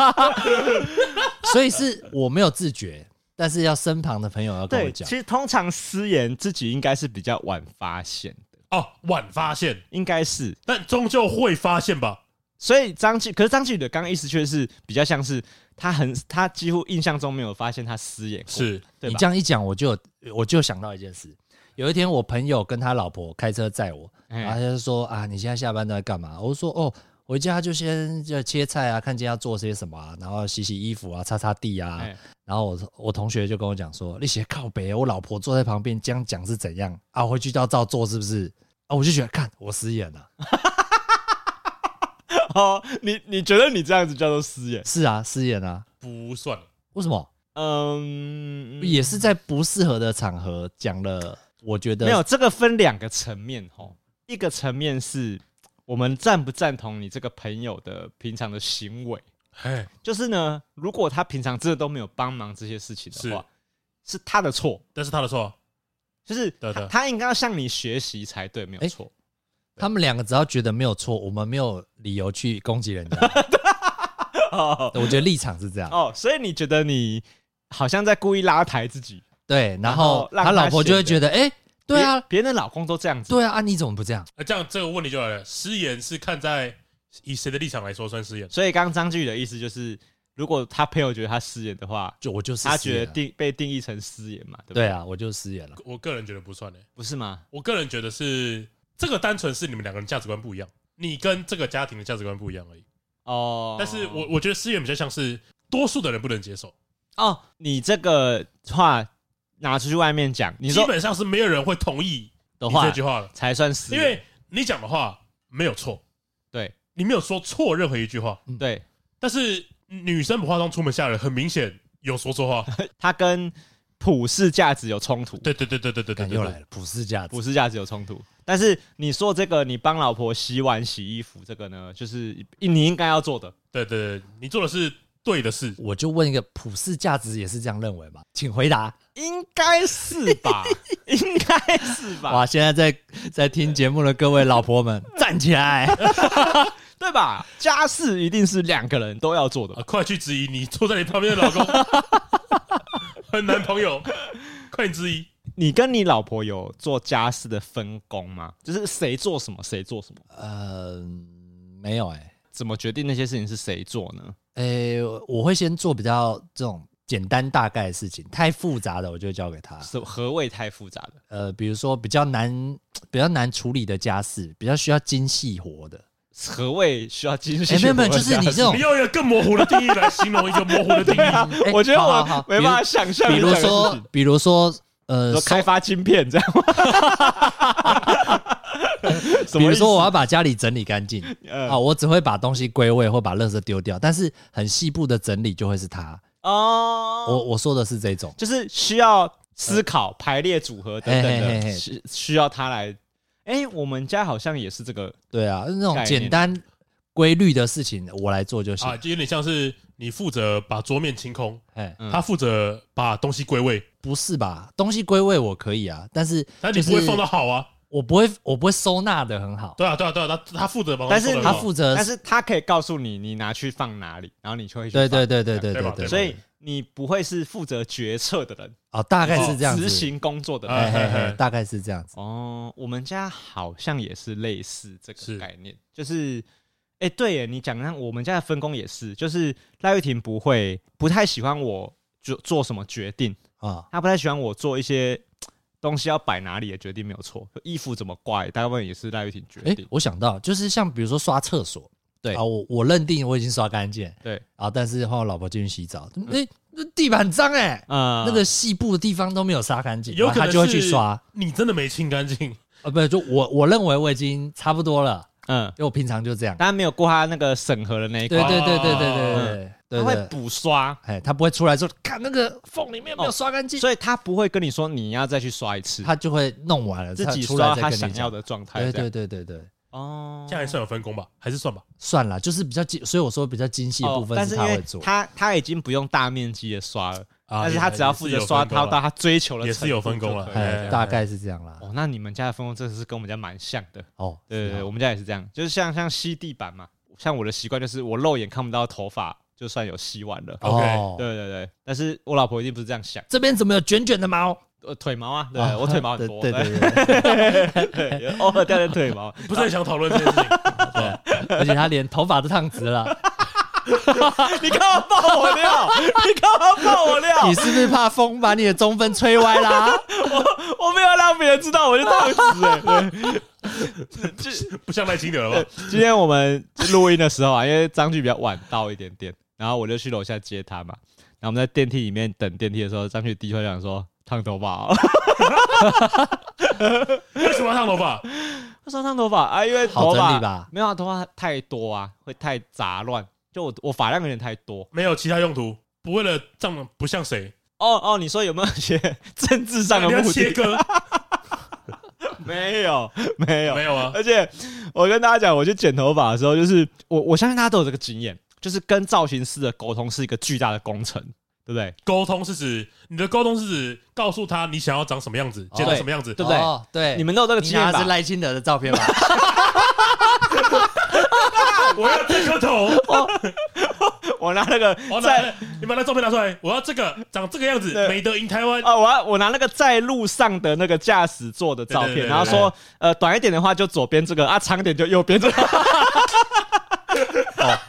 所以是我没有自觉，但是要身旁的朋友要跟我讲。
其实通常失言自己应该是比较晚发现的
哦，晚发现
应该是，
但终究会发现吧。
所以张继，可是张继宇的刚刚意思却是比较像是他很，他几乎印象中没有发现他失言过。
是
你这样一讲，我就我就想到一件事。有一天，我朋友跟他老婆开车载我，然后他就说啊，你现在下班都在干嘛？我说哦，回家就先就切菜啊，看今天要做些什么啊，然后洗洗衣服啊，擦擦地啊。然后我我同学就跟我讲说，你写靠北，我老婆坐在旁边这样讲是怎样啊？我回去就要照做是不是？啊，我就觉得看我失言了。
哦，你你觉得你这样子叫做失言？
是啊，失言啊，
不算。
为什么？嗯，也是在不适合的场合讲了。我觉得
没有，这个分两个层面吼，一个层面是我们赞不赞同你这个朋友的平常的行为，就是呢，如果他平常真的都没有帮忙这些事情的话，是, 是他的错，
但是他的错，
就是他, 他应该要向你学习才对，没有错。欸、
他们两个只要觉得没有错，我们没有理由去攻击人家。哦、我觉得立场是这样
哦，所以你觉得你好像在故意拉抬自己。
对，然后他老婆就会觉得，哎、欸，对啊，
别人的老公都这样子，
对啊，啊你怎么不这样？
那这样这个问题就来了，失言是看在以谁的立场来说算失言？
所以刚刚张继宇的意思就是， 如果他朋友觉得他失言的话，
就我就是
他觉得
失言
定被定义成失言嘛，对不对？
对啊，我就失言了。
我个人觉得不算诶，
不是吗？
我个人觉得是这个单纯是你们两个人价值观不一样，你跟这个家庭的价值观不一样而已。
哦，
但是我我觉得失言比较像是多数的人不能接受。
哦，你这个话拿出去外面讲，你说
基本上是没有人会同意你
的话
这句话了，
才算失言，
因为你讲的话没有错，
对
你没有说错任何一句话，
对，
但是女生不化妆出门吓人，很明显有说错话。
他跟普世价值有冲突，
对对对对对对对，
又来了，普世价值，
普世价值有冲突。但是你说这个，你帮老婆洗碗、洗衣服，这个呢，就是你应该要做的。
对对对，你做的是对的事。
我就问一个，普世价值也是这样认为吗？请回答。
应该是吧，应该是吧。
哇，现在在在听节目的各位老婆们，站起来，
对吧？家事一定是两个人都要做的。
啊，快去质疑你坐在你旁边的老公和男朋友，快点质疑。
你跟你老婆有做家事的分工吗？就是谁做什么，谁做什么？
呃，没有哎、欸，
怎么决定那些事情是谁做呢？
诶、我会先做比较这种简单大概的事情，太复杂的我就交给他。
是何谓太复杂的？
呃，比如说比较难、比较难处理的家事，比较需要精细活的。
何谓需要精细？
哎、欸，没有没有，就是你这种
你，用一个更模糊的定义来形容一个模糊的定义。
欸
我觉得我
好好好
没办法想象。
比如说，比如说，呃，
说开发晶片这样吗？
比如说我要把家里整理干净
呃
啊，我只会把东西归位或把垃圾丢掉，但是很细部的整理就会是他。
哦，
我我说的是这种，
就是需要思考、排列组合等等
嘿嘿嘿嘿
的，需需要他来。哎，我们家好像也是这个，
对啊，那种
概念
简单规律的事情我来做就行。
啊，就有点像是你负责把桌面清空，
哎，
嗯
他负责把东西归位，
不是吧？东西归位我可以啊，但是就是
但你不会放到好啊。
我不会，我不会收纳的很好。
对啊，对啊，对啊，他他负责把东
但是
他
西收得很好
负责
但是他可以告诉你你拿去放哪里，然后你就会去
对
放
对对对对
对吧
对对，
所以你不会是负责决策的人，
哦，大概是这样子，
执行工作的人。
嘿嘿
嘿嘿
嘿，大概是这样子。
哦，我们家好像也是类似这
是
个概念，就是，哎、对耶，你讲的我们家的分工也是，就是赖玉婷不会不太喜欢我做做什么决定，
啊，
她不太喜欢我做一些东西要摆哪里的决定，没有错，衣服怎么挂，大部分也是赖玉婷决
哎
定。，
我想到就是像比如说刷厕所，
对
啊，我我认定我已经刷干净，
对，
然后但是后来我老婆进去洗澡，哎，那地板很脏哎，
啊、
那个细部的地方都没有刷干净，
有可能
然后她就会去
是
刷。
你真的没清干净。
呃，不是，就我我认为我已经差不多了，
嗯，
因为我平常就这样。
当然没有过他那个审核的那一
对
关，
对对对对对
他
对对对，
会补刷，
哎，他不会出来说看那个缝里面没有刷干净，
所以他不会跟你说你要再去刷一次，
他就会弄完了
自己
他出来
刷
再跟你讲
他想要。的状态。
对
这样
对对对对，
哦，
这样还算有分工吧？还是算吧？
算了，就是比较精，所以我说比较精细的部分
哦但是因为
他会做。
他他已经不用大面积的刷了，
啊
但是他只要负责刷到到他追求的
也是有分工了
程度就可以
哎，
哎
大概是这样啦。
哦，那你们家的分工真的是跟我们家蛮像的。
哦，
对对对，
是啊
我们家也是这样，就是像像吸地板嘛，像我的习惯就是我肉眼看不到头发，就算有吸完了。
OK
哦，
对对对，但是我老婆一定不是这样想，
这边怎么有卷卷的毛？
呃，腿毛啊，对
啊
我腿毛很多，
对对对对
对对，偶尔掉点腿毛。
不是很想讨论这件事情。
对，而且他连头发都烫直了。
你干嘛爆我料？你干嘛爆我料
你？是不是怕风把你的中分吹歪啦？
我没有让别人知道，我就烫死哎。对，
不像赖清德了吧？
今天我们录音的时候啊，因为张炬比较晚到一点点，然后我就去楼下接他嘛。然后我们在电梯里面等电梯的时候，张炬第一句讲说烫头发哦。
为什么要烫头发？
他说烫头发啊，因为
好
头发
整理吧
没有啊，头发太多啊，会太杂乱。就我我发量有点太多。
没有其他用途，不为了这样不像谁？
哦哦，你说有没有一些政治上的
你要
目的？
切割？
没有没有
没有啊。
而且我跟大家讲，我去剪头发的时候，就是我我相信大家都有这个经验，就是跟造型师的沟通是一个巨大的工程，对不对？
沟通是指你的沟通是指告诉他你想要长什么样子，剪成什么样子，
对不对
哦对，
你们都有这个
你
经验吧
拿的是？赖清德的照片吧？
我要这颗头，
我拿那个
我
在
拿你把那照片拿出来，我要这个长这个样子，
对
美德赢台湾。
啊，我要我拿那个在路上的那个驾驶座的照片，
对对对对
然后说呃短一点的话就左边这个啊，长一点就右边这个。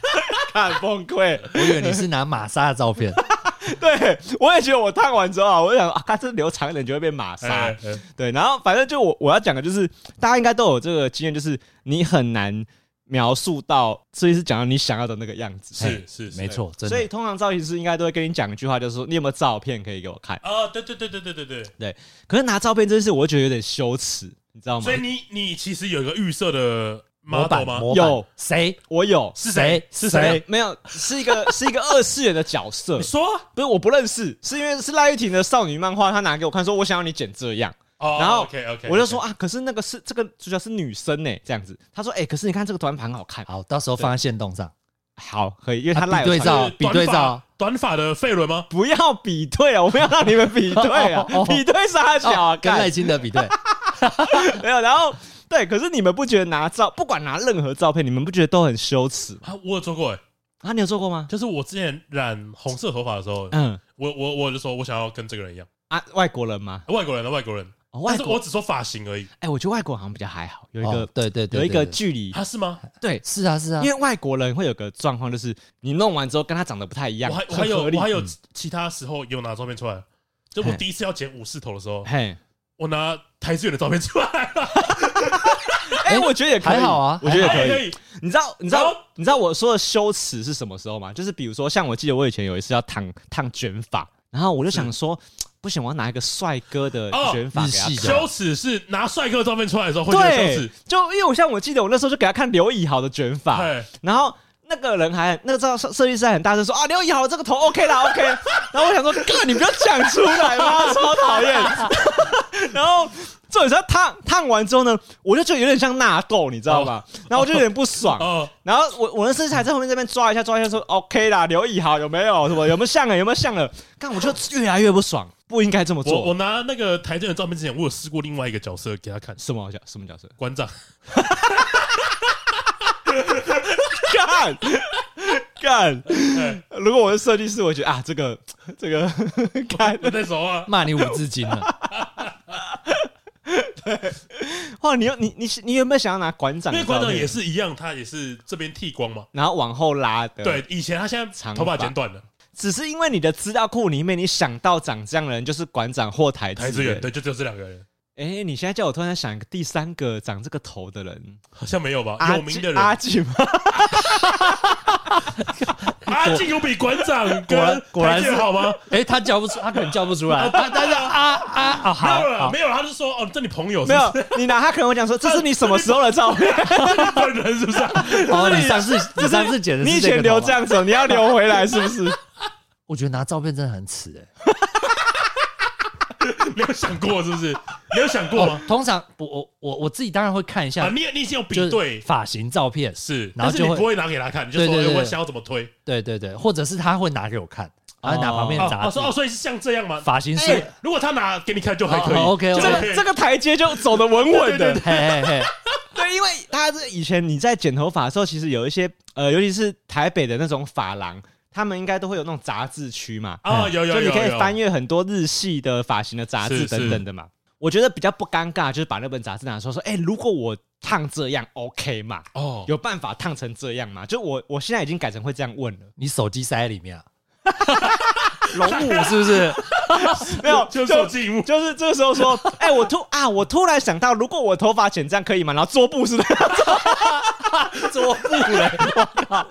看崩溃。
我以为你是拿玛莎的照片。
对，我也觉得我烫完之后啊，我就想啊，它这留长一点就会变玛莎。
哎哎
对，然后反正就我我要讲的就是，大家应该都有这个经验，就是你很难描述到设计师讲到你想要的那个样子。
是是是
没错，真的。
所以通常造型师应该都会跟你讲一句话，就是说你有没有照片可以给我看？
哦，对对对对对对对
对。可是拿照片这件事，我会觉得有点羞耻，你知道吗？
所以你你其实有一个预设的
模板
model 吗？
模板
有
谁？
我有
是谁？是谁？
没有，是一个是一个二次元的角色
你。说啊
不是我不认识，是因为是赖玉婷的少女漫画，她拿给我看，说我想要你剪这样。
哦，
然后
OK OK，
我就说啊，可是那个是这个主角是女生呢，这样子。他说，哎、欸，可是你看这个短发很好看，
好，到时候放在线动上。
好，可以，因为他
啊
赖
比对照，比对照，
短发的费伦吗？
不要比对啊，我不要让你们比对啊，比对啥小啊，
跟赖清德比对，
没有。然后对，可是你们不觉得拿照，不管拿任何照片，你们不觉得都很羞耻
啊，我有做过哎，
啊？你有做过吗？
就是我之前染红色头发的时候，
嗯，
我我我就说我想要跟这个人一样
啊，外国人吗？
外国人的外国人。
哦、外国
但是我只说发型而已。
哎、欸，我觉得外国人好像比较还好，有一个、
哦、对对 对, 对，
有一个距离。
他是吗？
对，
是啊是啊，
因为外国人会有个状况，就是你弄完之后跟他长得不太一样。
我还我还有
我
还有其他时候有拿照片出来，就我第一次要剪武士头的时候，
嘿，
我拿台资源的照片出来了。
哎、欸，我觉得也可以，
还好啊，
我觉得也可以。
可以
你知道你知道你知道我说的羞耻是什么时候吗？就是比如说，像我记得我以前有一次要烫烫卷发，然后我就想说。不行，我要拿一个帅哥的卷发给他看。
羞耻是拿帅哥的照片出来的时候会觉得羞耻，
就因为我像我记得我那时候就给他看刘以豪的卷发，然后那个人还那个照设计师还很大声说啊，刘以豪这个头 OK 啦 OK， 然后我想说哥你不要讲出来吗？超讨厌。然后重点是他烫烫完之后呢，我就觉得有点像纳豆，你知道吗？哦、然后我就有点不爽。哦、然后我我那设计师还在后面这边抓一下抓一下说 OK 啦，刘以豪有没有什么有没有像了有没有像了？干我就越来越不爽。不应该这么做。
我我拿那个台政的照片之前，我有试过另外一个角色给他看。
什么角？什么角色？
馆长。
干干！如果我是设计师，我觉得啊，这个这个干
我在熟啊，
骂你五字经了。
对，哇，你你你你有没有想要拿馆长？
因为馆长也是一样，他也是这边剃光嘛，
然后往后拉的。
对，以前他现在头发剪短了。
只是因为你的资料库里面，你想到长这样的人就是馆长或台资源，
对，就只有这两个人。
哎、欸，你现在叫我突然想一个第三个长这个头的人，
好像没有吧？有名的人，
阿进吗？
阿进有比馆长果然
果然是
好吗？
哎、欸，他叫不出，他可能叫不出来。他但是啊啊啊，好，
没有了，没有，他就说哦，这你朋友
没有，你拿他可能会讲说，这是你什么时候的照片？
本人是不是？
哦，你上次你上次剪的是
你以前留这样子，你要留回来是不是？
我觉得拿照片真的很耻哎、
欸，没有想过是不是？没有想过吗？
哦、通常我我我我自己当然会看一下，
啊、你你已经有比对
发型照片
是，
然后就
你不会拿给他看，你就说对对对、欸、我想要怎么推，
对对对，或者是他会拿给我看，然后拿旁边杂志，
哦，所以是像这样吗？
发型师、欸、
如果他拿给你看就还可以、
哦、，OK，, okay
这个这个台阶就走得稳稳的，
嘿嘿嘿。
对，因为他是以前你在剪头发的时候，其实有一些呃，尤其是台北的那种发廊。他们应该都会有那种杂志区嘛，
啊、哦，有有有，
就你可以翻阅很多日系的发型的杂志等等的嘛。我觉得比较不尴尬，就是把那本杂志拿出来说，哎、欸，如果我烫这样 OK 嘛？哦，有办法烫成这样吗？就我我现在已经改成会这样问了。
你手机塞在里面啊？龙母是不是？
没有，
就手机屏幕，
就是这个时候说，哎、欸，我突啊，我突然想到，如果我头发剪这样可以吗？然后桌布是的，
桌布嘞，我靠！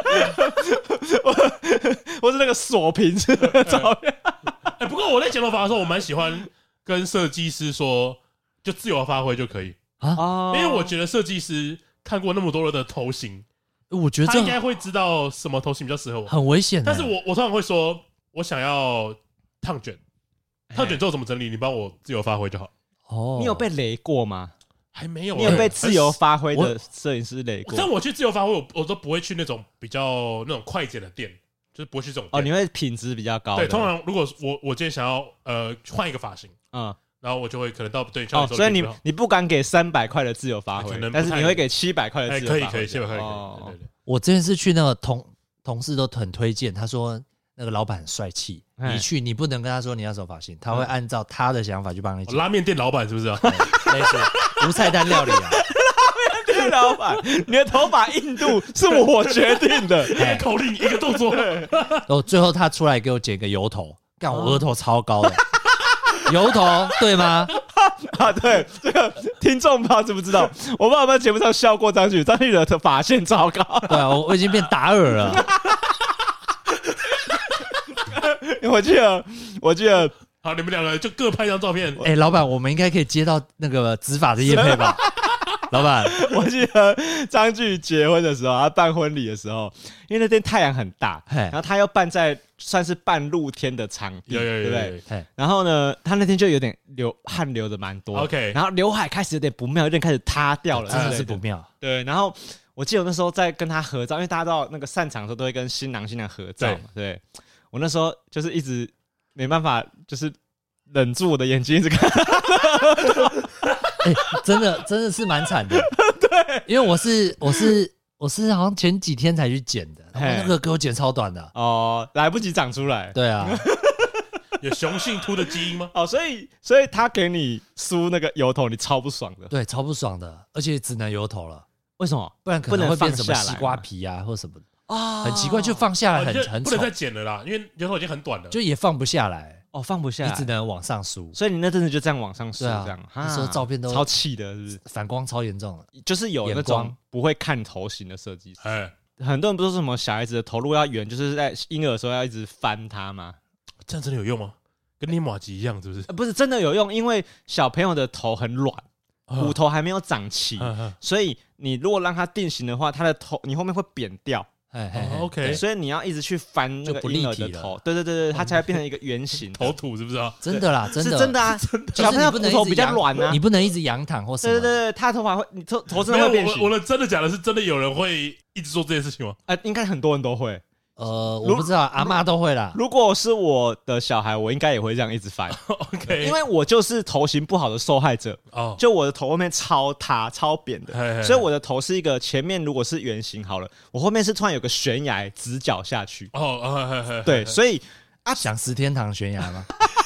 我是那个锁屏式的照片。
哎、欸，不过我在剪头发的时候，我蛮喜欢跟设计师说，就自由发挥就可以啊，因为我觉得设计师看过那么多人的头型。
我觉得
他应该会知道什么头型比较适合我，
很危险。
但是我我通常会说，我想要烫卷，烫卷之后怎么整理，你帮我自由发挥就好。
哦，
你有被雷过吗？
还没有、欸，
你有被自由发挥的摄影师雷过？
但我去自由发挥，我我都不会去那种比较那种快剪的店，就是不会去这种店。
哦，你会品质比较高的。
对，通常如果我我今天想要呃换一个发型，嗯。然后我就会可能到对，
哦，所以你你不敢给三百块的自由发挥，但是你会给七百块的自由发挥，
可以可以七百块可以。
哦，对对。我之前是去那个同同事都很推荐，他说那个老板很帅气，你去你不能跟他说你要什么发型，他会按照他的想法去帮你剪。
拉面店老板是不是啊？
类似无菜单料理啊。拉面店
对，老板，你的头发硬度是我决定的。
一个口令，一个动作。
哦，最后他出来给我剪个油头，干我额头超高的，油头对吗？
啊，对，这个听众不知道知不知道？我不知道有没有节目上笑过张宇，张宇的发线超高。
对啊，我我已经变达尔了。
我记得，我记得，
好，你们两个就各拍一张照片。
哎、欸，老板，我们应该可以接到那个执法的业配吧？老板，
我记得张巨结婚的时候，他办婚礼的时候，因为那天太阳很大，然后他又办在算是半露天的场地，
有有有有
对不对？然后呢，他那天就有点流汗流的蛮多
，OK，
然后刘海开始有点不妙，有点开始塌掉了，
真的是不妙。
对，然后我记得我那时候在跟他合照，因为大家知道那个散场的时候都会跟新郎新娘合照嘛，对。对我那时候就是一直没办法，就是忍住我的眼睛，一直看。
哎、欸，真的真的是蛮惨的。对，因为我是我是我是好像前几天才去剪的，然后那个给我剪超短的、啊。
哦，来不及长出来。
对啊，
有雄性秃的基因吗？
哦，所以所以他给你梳那个油头，你超不爽的。
对，超不爽的，而且只能油头了。
为什么？
不然可能会变什么西瓜皮啊，或什么的。啊、哦，很奇怪，就放下来很、哦、很
不能再剪了啦，因为油头已经很短了，
就也放不下来
哦，放不下来，
你只能往上梳。
所以你那阵子就这样往上梳，这样、啊，
那时候照片都
超气的，是不是？
反光超严重的，
就是有那种不会看头型的设计师。哎，很多人不是说什么小孩子的头颅要圆，就是在婴儿的时候要一直翻它吗？
这样真的有用吗？跟捏马吉一样，是不是？
呃、不是真的有用，因为小朋友的头很软。骨头还没有长齐，嗯、所以你如果让它定型的话，它的头你后面会扁掉。
嘿嘿嘿
OK，
所以你要一直去翻那个婴儿的头，对对对对，它才会变成一个圆形
头土，是不是啊？
真的啦，真的
是真的啊！小朋友骨头比较软啊，
你不能一直仰躺或什么。
对对对，他的头发会，你头头真的会变形。
我的真的假的？是真的有人会一直做这件事情吗？
呃，应该很多人都会。
呃，我不知道，阿嬷都会啦。
如果是我的小孩，我应该也会这样一直翻。
OK，
因为我就是头型不好的受害者。哦，就我的头后面超塌、超扁的，嘿嘿，所以我的头是一个前面如果是圆形好了，我后面是突然有个悬崖直角下去。哦，嘿嘿嘿，对，所以
啊，想十天堂悬崖吗？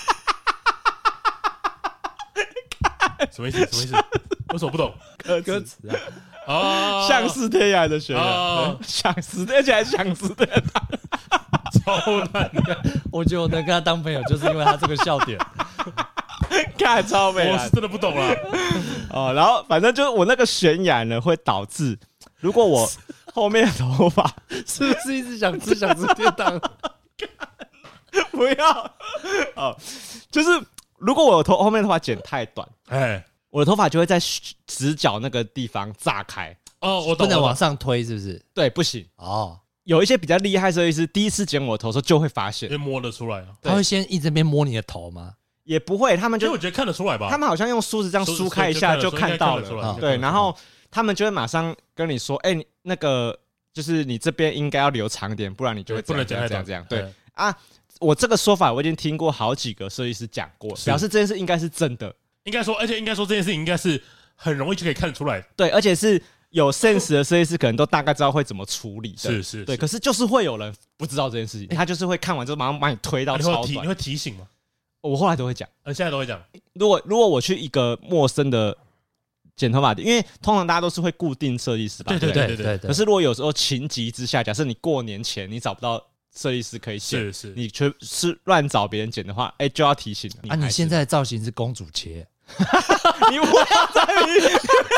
什么意思？什么意思？为什么不懂
歌词啊？哦，像是天涯的悬崖，哦、想死，而且还想死的，
超烂的。
我觉得我能跟他当朋友，就是因为他这个笑点，
看超美。
我是真的不懂啦。
哦，然后反正就是我那个悬崖呢，会导致如果我后面的头发
是不是一直想吃想吃天堂？
不要哦，就是如果我头后面的头发剪太短，哎。我的头发就会在直角那个地方炸开
哦，我懂，
不能往上推，是不是？
对，不行哦。有一些比较厉害设计师，第一次剪我的头的时候就会发现，
因为摸得出来啊。
他会先一直边摸你的头吗？
也不会，他们就
我觉得看得出来吧。
他们好像用梳子这样梳开一下就看到了，对，然后他们就会马上跟你说：“哎，你那个就是你这边应该要留长点，不然你就会这样这样这样这样。”对啊，我这个说法我已经听过好几个设计师讲过，表示这件事应该是真的。
应该说，而且应该说这件事情应该是很容易就可以看得出来。
对，而且是有 sense 的设计师可能都大概知道会怎么处理的。
是是，
对。可是就是会有人不知道这件事情，他就是会看完之后马上把你推到超短。
你会提醒吗？
我后来都会讲，
呃，现在都会讲。
如果如果我去一个陌生的剪头发店，因为通常大家都是会固定设计师吧？
对对对对对。
可是如果有时候情急之下，假设你过年前你找不到设计师可以剪，
是是，
你却是乱找别人剪的话，哎，就要提醒了。
啊，你现在的造型是公主切。
你不要再批，你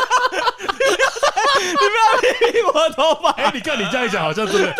不要批我头发。
哎，你看你这样一讲，好像真的，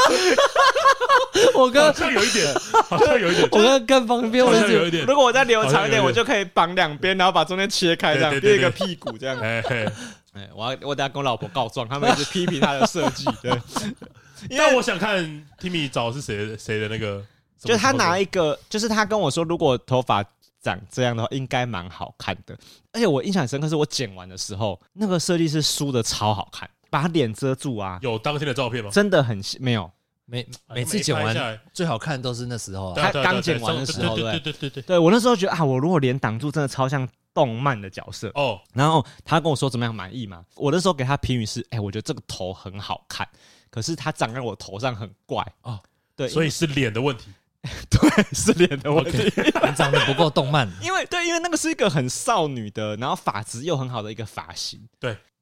我刚
好像有一点，好像有一点。
我刚看旁边，
好像有一点。
如果我再留长一点，我就可以绑两边，然后把中间切开，这样变一个屁股这样。哎哎，我要我等下跟我老婆告状，他们一直批评他的设计。对，
但我想看 Timmy 找是谁谁的那个，
就是他拿一个，就是他跟我说，如果头发长这样的话应该蛮好看的，而且我印象很深刻是我剪完的时候，那个设计师梳的超好看，把他脸遮住啊。
有当天的照片吗？
真的很没有，
每每次剪完最好看都是那时候、啊，
他刚剪完的时候，
对对对对对。
对我那时候觉得啊，我如果脸挡住，真的超像动漫的角色哦。然后他跟我说怎么样满意嘛？我那时候给他评语是，哎、欸，我觉得这个头很好看，可是他长在我头上很怪哦。对，
所以是脸的问题。
对，是脸的问题，
okay, 你长得不够动漫。
因为对，因为那个是一个很少女的，然后发质又很好的一个发型。
对，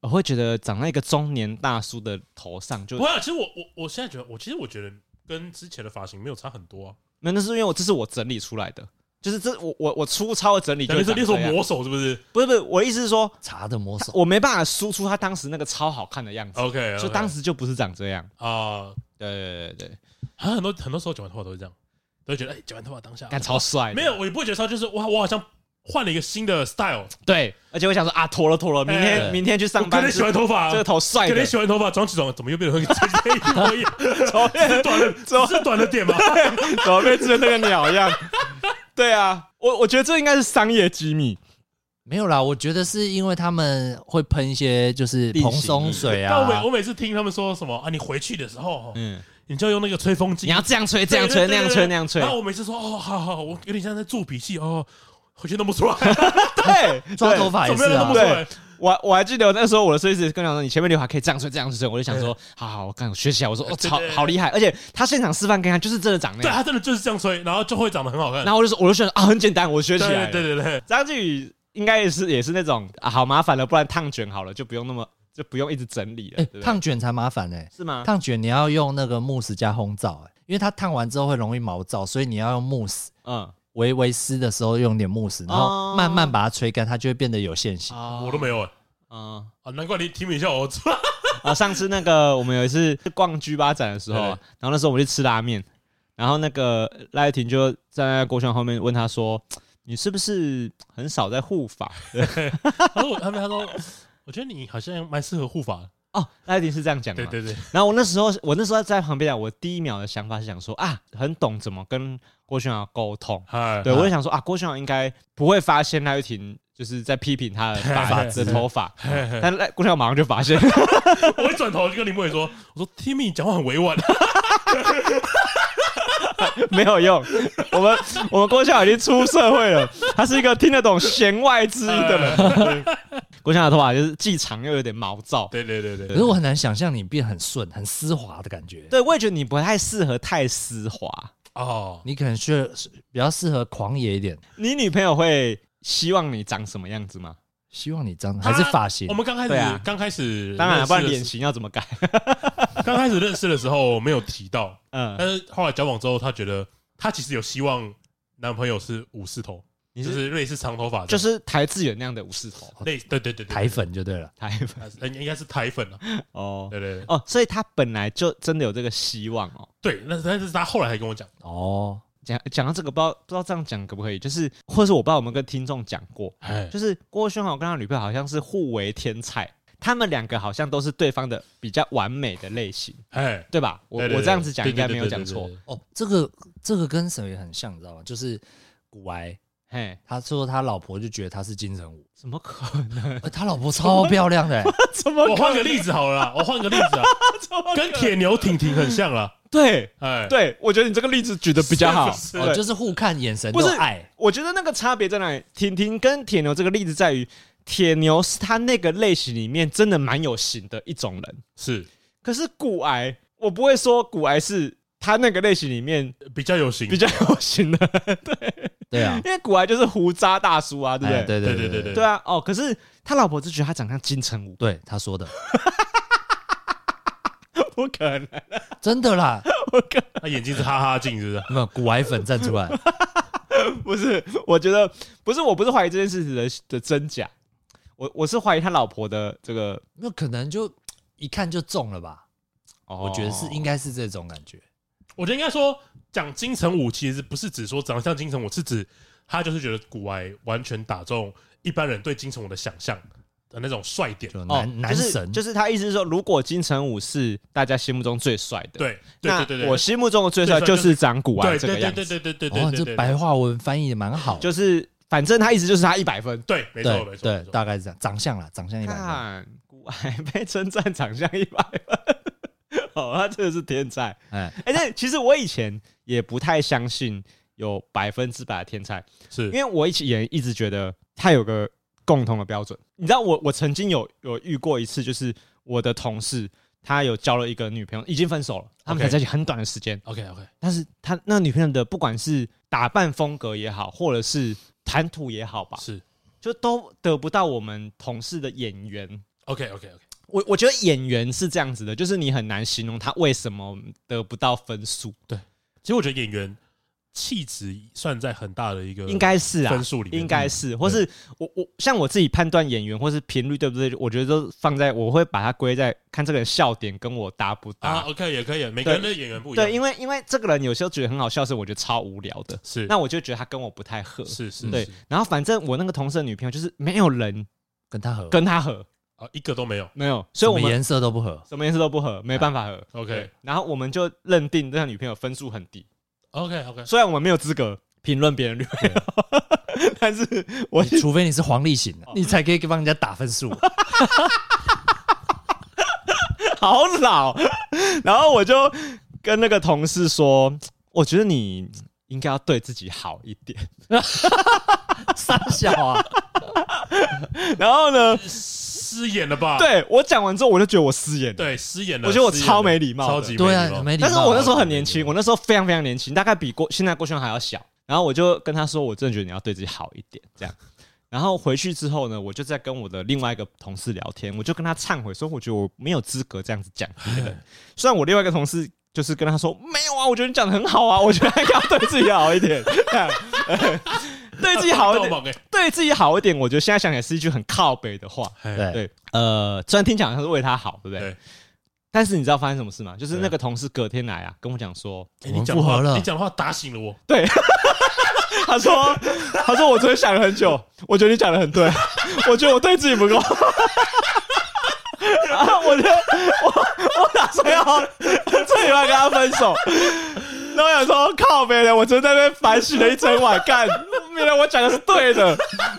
我会觉得长在一个中年大叔的头上就，
不会、啊。其实我我我现在觉得，我其实我觉得跟之前的发型没有差很多啊。
没有，那是因为我这是我整理出来的，就是这我我我粗糙的整理就
就是你说
长这样。
魔手是不是？
不是不是，我的意思是说，
茶的魔手，
我没办法输出他当时那个超好看的样子。
OK，, okay
就当时就不是长这样
啊。
对对对对，
好像很多很多时候剪完头发都是这样，都会觉得哎，剪完头发当下
干超帅的。
没有，我也不会觉得超，就是哇，我好像换了一个新的 style。
对，而且我想说啊，脱了脱了，明天、
哎、
明天去上班。
可能洗完头发，
这个头帅的。
可能洗完头发，早上起床怎么又变成跟这一模一样？只是短了，只是短了点嘛？
怎么变成那个鸟样？对啊，我我觉得这应该是商业机密。
没有啦，我觉得是因为他们会喷一些就是蓬松水啊。
但我每我每次听他们说什么啊，你回去的时候，嗯，你就用那个吹风机，
你要这样吹，这样吹，那样吹，那样吹。
然后我每次说哦，好好，我有点像在做笔记哦，回去弄不出来。
对，
抓头发也是啊。
对，我我还记得那时候我的设计师跟我说，你前面刘海可以这样吹，这样吹。我就想说，好好，我刚我学起来。我说哦，超好厉害，而且他现场示范给他，就是真的长那样。
对他真的就是这样吹，然后就会长得很好看。
然后我就说，我就觉得啊，很简单，我学起来。
对对对对，
张志宇应该也是也是那种啊，好麻烦了，不然烫卷好了，就不用那么就不用一直整理了。
哎、欸，烫卷才麻烦呢、欸，
是吗？
烫卷你要用那个慕斯加烘皂、欸，因为它烫完之后会容易毛躁，所以你要用慕斯，嗯，微微湿的时候用点慕斯，然后慢慢把它吹干，它就会变得有线性。
哦、我都没有哎、欸，
嗯
啊，难怪你提名一下我。
啊，上次那个我们有一次逛 G 八展的时候，然后那时候我们去吃拉面，然后那个赖婷就站在郭轩后面问他说。你是不是很少在护发？
他说：“他他说，我觉得你好像蛮适合护发的。”
哦，赖婷是这样讲的。
对对对。
然后我那时候，我那时候在旁边啊，我第一秒的想法是想说啊，很懂怎么跟郭轩豪沟通。对，我就想说啊，郭轩豪应该不会发现赖婷就是在批评他的发的头发，但郭轩豪马上就发现。
我一转头就跟林默伟说：“我说 Timmy 讲话很委婉。”
没有用，我们我们郭笑已经出社会了，他是一个听得懂弦外之音的人。郭笑的头发就是既长又有点毛躁，
对对对对。
可是我很难想象你变很顺、很丝滑的感觉。
对，我也觉得你不太适合太丝滑
哦，你可能是比较适合狂野一点。
你女朋友会希望你长什么样子吗？
希望你长还是发型？
我们刚开始刚、啊、开始，
当然不然脸型要怎么改？
刚开始认识的时候没有提到，嗯，但是后来交往之后，她觉得她其实有希望男朋友是武士头，你是就是类似长头发，
就是台志远那样的武士头，
类对对对对，
台粉就对了，
台粉
应该是台粉啊。
哦，
对对对，
哦，所以他本来就真的有这个希望哦。
对，那但是他后来才跟我讲
哦。讲讲到这个，不知道不知道这样讲可不可以？就是，或者是我不知道我们跟听众讲过，就是郭轩豪跟他女朋友好像是互为天才，他们两个好像都是对方的比较完美的类型，哎，对吧？我我这样子讲应该没有讲错
哦。这个这个跟谁很像，你知道吗？就是古埃，嘿，他说他老婆就觉得他是金城武，
怎么可能？
他老婆超漂亮的、欸，
怎么？
我换个例子好了啦，我换个例子啊，跟铁牛婷婷很像啦。
对，哎，对，我觉得你这个例子举得比较好，
哦，就是互看眼神都爱。
我觉得那个差别在哪里？婷婷跟铁牛这个例子在于，铁牛是他那个类型里面真的蛮有型的一种人，
是。
可是骨癌，我不会说骨癌是他那个类型里面
比较有型、
比较有型的，对
对啊，
因为骨癌就是胡渣大叔啊，对不对？
哎、对对对对对
对啊，哦，可是他老婆就觉得他长像金城武，
对他说的。
不可能，
真的啦！
不可能，
他眼睛是哈哈镜，是不是？
没有骨癌粉站出来，
不是，我觉得不是，我不是怀疑这件事情 的, 的真假，我我是怀疑他老婆的这个，
没有可能就一看就中了吧？哦，我觉得是应该是这种感觉。
我觉得应该说讲金城武，其实不是只说长得像金城武，是指他就是觉得骨癌完全打中一般人对金城武的想象。的那种帅点，
就男、哦、男神、
就是，就是他意思是说，如果金城武是大家心目中最帅的，
对，对对对对，
我心目中的最帅就是长骨癌这个样子，
对对对对对对，
哦，这白话文翻译的蛮好，
就是反正他意思就是他一百分，
对，没错没错，
对，大概是这样，长相啦，长相一百分，
骨癌被称赞长相一百分，哦，他真的是天才，哎哎，那其实我以前也不太相信有百分之百的天才，
是因
为我以前一直觉得他有个共同的标准，你知道我我曾经有有遇过一次，就是我的同事他有交了一个女朋友，已经分手了，他们才在一起很短的时间。
OK OK，
但是他那女朋友的不管是打扮风格也好，或者是谈吐也好吧，
是
就都得不到我们同事的眼缘
OK OK OK，
我我觉得演员是这样子的，就是你很难形容他为什么得不到分数。
对，其实我觉得演员气质算在很大的一个
应该是啊
分数里面，
应该是，或是我我像我自己判断演员或是频率对不对，我觉得都放在我会把它归在看这个人笑点跟我搭不搭。
啊 OK 也可以，每个人的演员不一样。
对，因为因为这个人有时候觉得很好笑，是我觉得超无聊的，
是，
那我就觉得他跟我不太合。
是是，
对。然后反正我那个同事的女朋友就是没有人
跟他合，
跟他合。
啊，一个都没有，
没有，所以我们
什么颜色都不合，
什么颜色都不合，没办法合。
OK，
然后我们就认定这个女朋友分数很低。
OK OK，
虽然我们没有资格评论别人女朋友，但是我
除非你是黄立行，你才可以帮人家打分数。
好老。然后我就跟那个同事说，我觉得你应该要对自己好一点。
傻小啊！
然后呢？
失言了吧？
对，我讲完之后，我就觉得我失言了。
对，失言了。
我觉得我超没礼貌的，
超级
对啊，没礼貌。
但是我那时候很年轻，我那时候非常非常年轻，大概比郭现在郭轩还要小。然后我就跟他说，我真的觉得你要对自己好一点，这样。然后回去之后呢，我就在跟我的另外一个同事聊天，我就跟他忏悔说，我觉得我没有资格这样子讲别人。虽然我另外一个同事就是跟他说，没有啊，我觉得你讲的很好啊，我觉得应该要对自己好一点。对自己好一点，对自己好一点，我觉得现在想起来是一句很靠北的话。
对
对，呃，虽然听起来好像是为他好，对不对？
对。
但是你知道发生什么事吗？就是那个同事隔天来啊，跟我讲说，
欸、你讲话，你讲话打醒了我。
对，他说，他说我昨天想了很久，我觉得你讲的很对，我觉得我对自己不够。然后我就我我打算要这礼拜跟他分手。然后我想说靠北的，我昨天在那边反省了一整晚，干，原来我讲的是对的。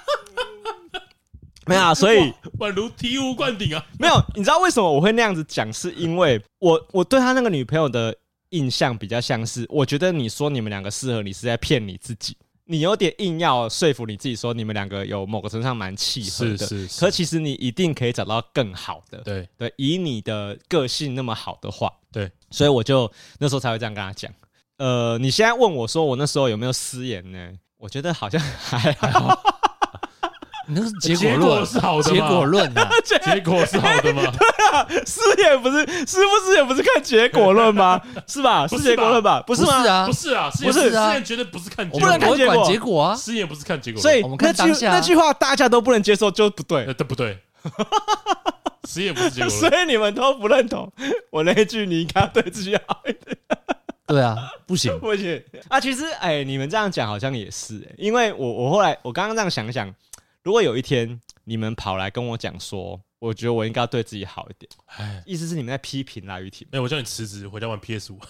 没有啊，所以
宛如醍醐灌顶啊！
没有，你知道为什么我会那样子讲？是因为我我对他那个女朋友的印象比较像是，我觉得你说你们两个适合，你是在骗你自己，你有点硬要说服你自己说你们两个有某个程度上蛮契合的，
是是是。
可其实你一定可以找到更好的，
对
对，以你的个性那么好的话，
对，
所以我就那时候才会这样跟他讲。呃，你现在问我说我那时候有没有失言呢？我觉得好像还好。
你那是结果论
是好的吗？
结果论啊，
结果是好的吗？
对啊，失言不是师不失言不是看结果论吗？是吧？是结果论吧？不是吗？
不是啊，
不是啊，
不是
啊，失言绝对不是看结果，
我们不会管结果啊，
失言不是看结果，
所以
我们
那句
看当下
那句话大家都不能接受就不对，
对不对？失言不是结果，
所以你们都不认同我那一句，你应该对自己好一点。
对啊，不行
不行啊！其实哎、欸，你们这样讲好像也是哎、欸，因为我我后来我刚刚这样想想，如果有一天你们跑来跟我讲说，我觉得我应该要对自己好一点，意思是你们在批评赖玉婷？
没有，我叫你辞职回家玩 P S 五。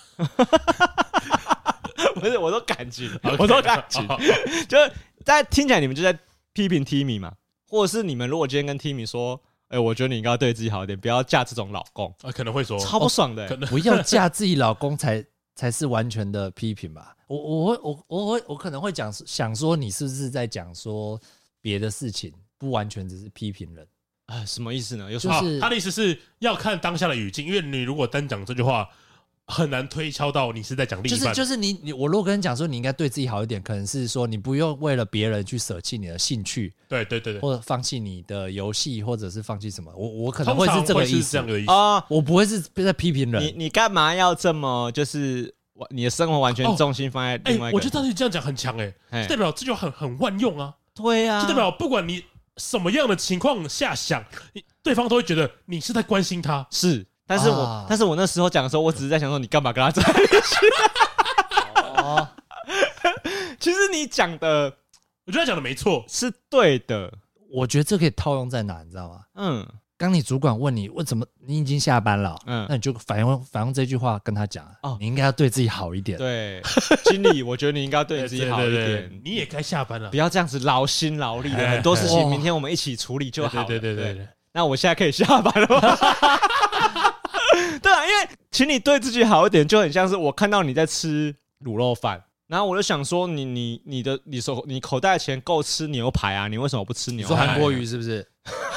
不是，我说感情， okay, 我说感情，就是在听起来你们就在批评 Timmy 嘛，或者是你们如果今天跟 Timmy 说。哎、欸，我觉得你应该要对自己好一点，不要嫁这种老公
啊，可能会说
超不爽的、欸
哦，可能
不要嫁自己老公才才是完全的批评吧。我我会我我会我可能会讲想说，你是不是在讲说别的事情，不完全只是批评人
啊？什么意思呢？有
就
是、啊、他的意思是要看当下的语境，因为你如果单讲这句话。很难推敲到你是在讲另一半，
就是就是你你我如果跟你讲说你应该对自己好一点，可能是说你不用为了别人去舍弃你的兴趣，
对对对对，
或者放弃你的游戏，或者是放弃什么，我我可能会是这个意思，
这样的意思
啊，我不会是在批评人。
你你干嘛要这么就是你的生活完全重心放在另外一个？
哎、欸，我觉得当时这样讲很强哎、欸，代表这就很很万用啊。
对啊，
就代表不管你什么样的情况下想，对方都会觉得你是在关心他，
是。但是我、啊、但是我那时候讲的时候，我只是在想说，你干嘛跟他在一起？哦，其实你讲的，
我觉得他讲的没错，
是对的。
我觉得这可以套用在哪，你知道吗？
嗯，
当你主管问你为什么你已经下班了，嗯，那你就反用反用这句话跟他讲，哦，你应该要对自己好一点。
对，经理，我觉得你应该要对自己好一点，
对对对对，你也该下班了，
不要这样子劳心劳力的，很多事情明天我们一起处理就好了。
对对对对对。
那我现在可以下班了吗？对啊，因为请你对自己好一点，就很像是我看到你在吃卤肉饭，然后我就想说你，你你你的你手你口袋的钱够吃牛排啊，你为什么不吃牛排？
说韩国瑜是不是？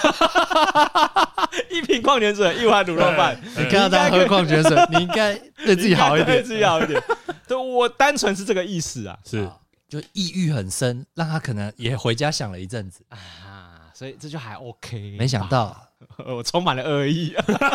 一瓶矿泉水，一碗卤肉饭，
你看到他喝矿泉水，你应该对自己好一点，
对自己好一点。对，我单纯是这个意思啊，
是
就抑郁很深，让他可能也回家想了一阵子
啊。所以这就还 OK，
没想到
我充满了恶意。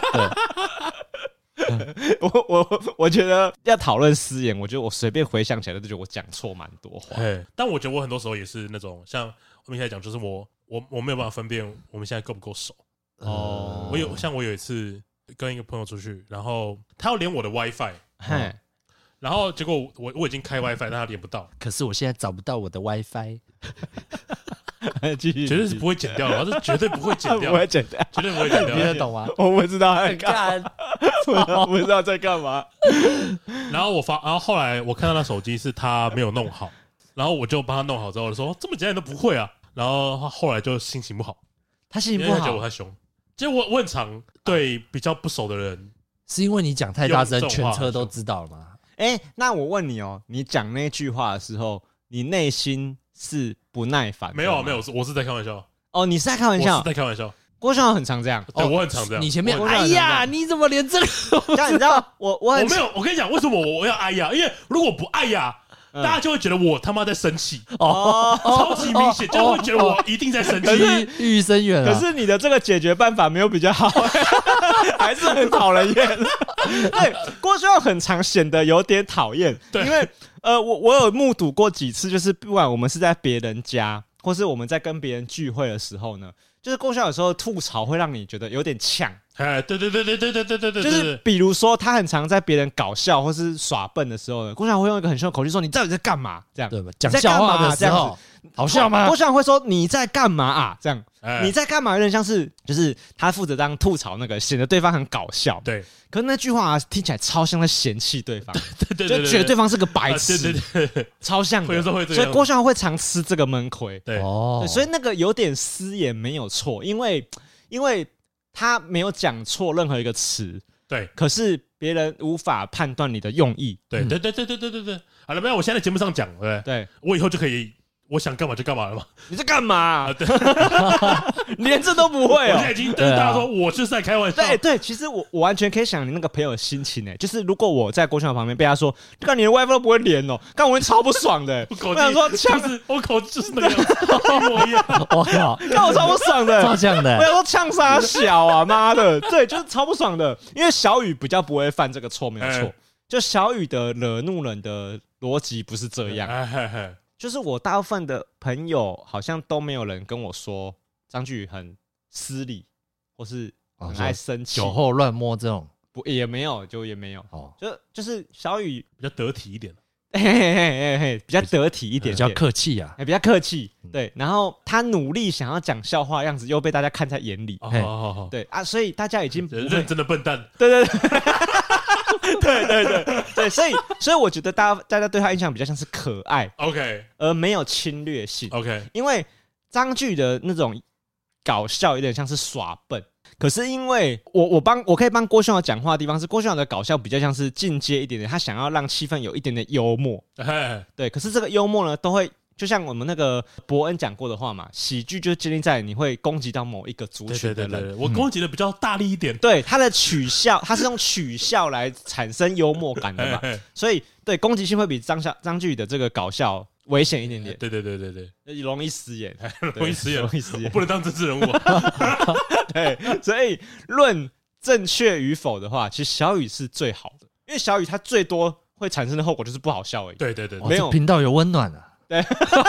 对，
我我我觉得要讨论私言，我觉得我随便回想起来都觉得我讲错蛮多话。
但我觉得我很多时候也是那种，像我们现在讲，就是我我我没有办法分辨我们现在够不够熟。
哦，
我有像我有一次跟一个朋友出去，然后他要连我的 WiFi，、嗯、然后结果我我已经开 WiFi， 但他连不到。
可是我现在找不到我的 WiFi。
绝对是不会剪掉的，这绝对不会剪掉，
不会剪掉，
绝对不会剪掉。
你能懂吗？
我不知道在干嘛，我不知道在干嘛。
然后我发，然后后来我看到他手机是他没有弄好，然后我就帮他弄好之后，我说这么简单都不会啊。然后他后来就心情不好，
他心情不好，
觉得我太凶。其实我我很常对比较不熟的人，
是因为你讲太大声，全车都知道了吗？
哎、欸，那我问你哦，你讲那句话的时候，你内心是不耐烦？
没有没有，我是在开玩笑。
哦，你是在开玩笑？
我是在开玩笑。
郭襄很常这样，
对、哦、我很常这样。
你前面哎呀，你怎么连这个？
这样你知道我我
我没有，我跟你讲，为什么我我要哎呀？因为如果不哎呀。嗯、大家就会觉得我他妈在生气哦，超级明显，就会觉得我一定在生气，
寓意深远。
可是你的这个解决办法没有比较好，还是很讨人厌。对，郭襄很常显得有点讨厌，因为呃，我我有目睹过几次，就是不管我们是在别人家，或是我们在跟别人聚会的时候呢，就是郭襄有时候吐槽会让你觉得有点呛。
哎，对对对对对对对对对，
就是比如说，他很常在别人搞笑或是耍笨的时候呢，郭襄会用一个很凶的口气说：“你到底在干嘛？”这样，
对吧？讲笑话的时候，好笑吗？
郭襄会说：“你在干嘛啊？”这样，哎、你在干嘛？有点像是就是他负责当吐槽那个，显得对方很搞笑。
对，
可是那句话、啊、听起来超像在嫌弃对方，
对对对对，
就觉得对方是个白痴，
啊、对对对，
超像的。
会有时候会这样，
所以郭襄会常吃这个闷亏。
对
哦
对，所以那个有点私言没有错，因为因为。他没有讲错任何一个词，
对，
可是别人无法判断你的用意，
对，对，对，对，对，对，对，对，好了，没有，我现在在节目上讲，对，
对，
我以后就可以，我想干嘛就干嘛了嘛。
你在干嘛、啊？对，你连这都不会哦。
我现在已经跟大家说，我就是在开玩笑。
对对，其实我我完全可以想你那个朋友的心情诶，就是如果我在郭襄旁边被他说，看你的 WiFi 都不会连哦，看我会超不爽的。
我想说，就是我口就是那个样子，一模一样。
我靠，
看我超不爽的，
超像的。
我想说呛啥小啊，妈的，对，就是超不爽的。因为小雨比较不会犯这个错，没有错。欸、就小雨的惹怒人的逻辑不是这样。欸嘿嘿就是我大部分的朋友好像都没有人跟我说张句很失礼，或是很爱生气、
酒后乱摸这种，
不也没有，就也没有。哦，就就是小雨
比较得体一点，
嘿嘿嘿嘿嘿，比较得体一点，
比较客气啊，
比较客气。对，然后他努力想要讲笑话的样子，又被大家看在眼里。
哦，
对啊，所以大家已经
认真的笨蛋。
对对对。对对对对，所以所以我觉得大家大家对他印象比较像是可爱
，OK，
而没有侵略性
，OK，
因为张句的那种搞笑有点像是耍笨，可是因为我我帮我可以帮郭襄讲话的地方是郭襄的搞笑比较像是进阶一点点，他想要让气氛有一点点幽默，对，可是这个幽默呢都会。就像我们那个伯恩讲过的话嘛，喜剧就建立在你会攻击到某一个族群的人。
对对对对，我攻击的比较大力一点。
嗯、对，他的取笑，他是用取笑来产生幽默感的嘛，所以对攻击性会比张笑张句的这个搞笑危险一点点。
对对对对对，
容易失言，
容易失言，
容易失言，
我不能当政治人物、
啊。对，所以论正确与否的话，其实小雨是最好的，因为小雨他最多会产生的后果就是不好笑而已。
对对对，
没有频道有温暖啊。
对，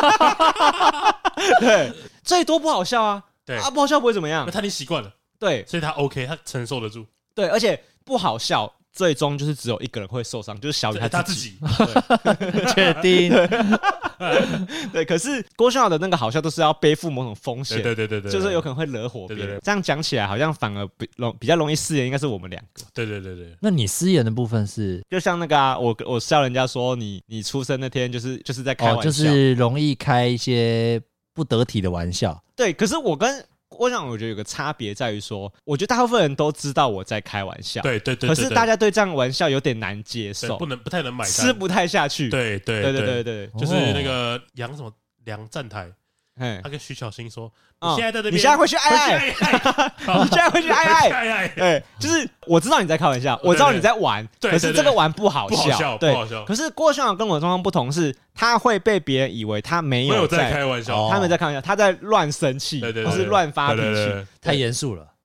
对，最多不好笑啊，
对
啊，不好笑不会怎么样，
那他已经习惯了，
对，
所以他 OK， 他承受得住，
对，而且不好笑，最终就是只有一个人会受伤，就是小雨他自己，
确定，
对，可是郭襄的那个好笑都是要背负某种风险，
对对对对，
就是有可能会惹火别人，这样讲起来好像反而比容比较容易失言，应该是我们两个，
对对对对，
那你失言的部分是，
就像那个啊，我我笑人家说你你出生那天就是就是在开玩笑，
哦，就是容易开一些不得体的玩笑，
对，可是我跟。我想，我觉得有个差别在于说，我觉得大部分人都知道我在开玩笑，
对对对，
可是大家对这样玩笑有点难接受，
不能不太能买单，
吃不太下去。
对对
对对对对，
就是那个杨什么梁站台，他跟徐小新说：“你现在在这边，
你现在回去爱爱，你现在回去爱爱，
爱爱。”
对，就是我知道你在开玩笑，我知道你在玩，可是这个玩不好笑，对，可是郭襄跟我状况不同是。他会被别人以为他没有
在开玩笑，
他没有在开玩笑，他在乱生气，或是乱发脾气，
太严肃了。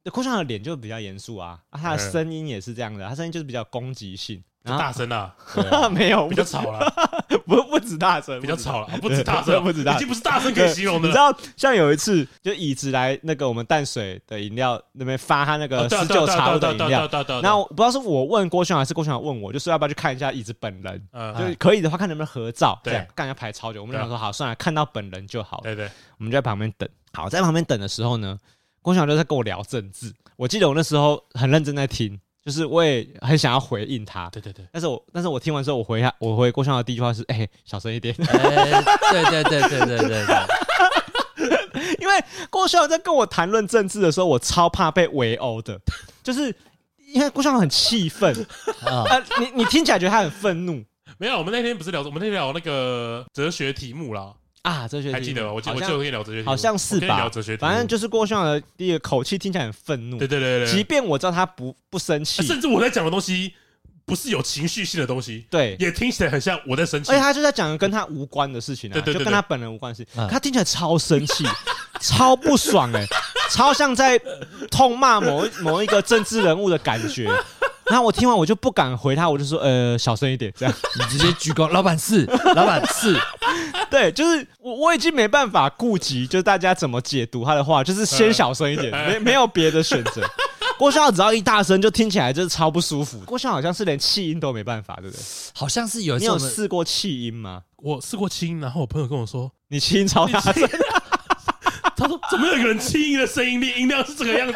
郭襄的脸就比较严肃啊，啊，他的声音也是这样的，他声音就是比较攻击性，
大声啊，
没有
比较吵啦，
不不止大声，
比较吵了，不止大声，
不止大声，
已经不是大声可以形容的。
你知道，像有一次，就椅子来那个我们淡水的饮料那边发他那个十九茶的饮料，然后不知道是我问郭襄还是郭襄问我，就说要不要去看一下椅子本人，就可以的话看能不能合照，这样干要排超久，我们就想说好，算了，看到本人就好。
对对，
我们就在旁边等。好，在旁边等的时候呢，郭襄就在跟我聊政治。我记得我那时候很认真在听，就是我也很想要回应他。
对对对，
但是我但是我听完之后，我回他，我回郭襄的第一句话是：哎、欸，小声一点。
哎，对对对对对对对。
因为郭襄在跟我谈论政治的时候，我超怕被围殴的，就是因为郭襄很气愤啊，你你听起来觉得他很愤怒。
没有，我们那天不是聊，我们那天聊那个哲学题目啦。
啊，哲学题目
还记得吗？我记得我记得我跟你聊哲学题目，
好像是吧？
聊哲学题目，
反正就是郭襄的第一个口气听起来很愤怒。
对对对对，
即便我知道他不不生气，
甚至我在讲的东西不是有情绪性的东西，
对，
也听起来很像我在生气。
而且他就在讲跟他无关的事情啊，
对对对对，
就跟他本人无关的事情，他听起来超生气，超不爽哎、欸，超像在痛骂某某一个政治人物的感觉。然后我听完我就不敢回他，我就说呃小声一点，这样
你直接鞠躬，老板是，老板是，
对，就是我我已经没办法顾及，就是大家怎么解读他的话，就是先小声一点，没没有别的选择。郭襄只要一大声，就听起来就是超不舒服。郭襄好像是连气音都没办法，对不对？
好像是有一次。
你有试过气音吗？
我试过气音，然后我朋友跟我说，
你气音超大声。
他说怎么有一个人气音的声音音量是这个样子？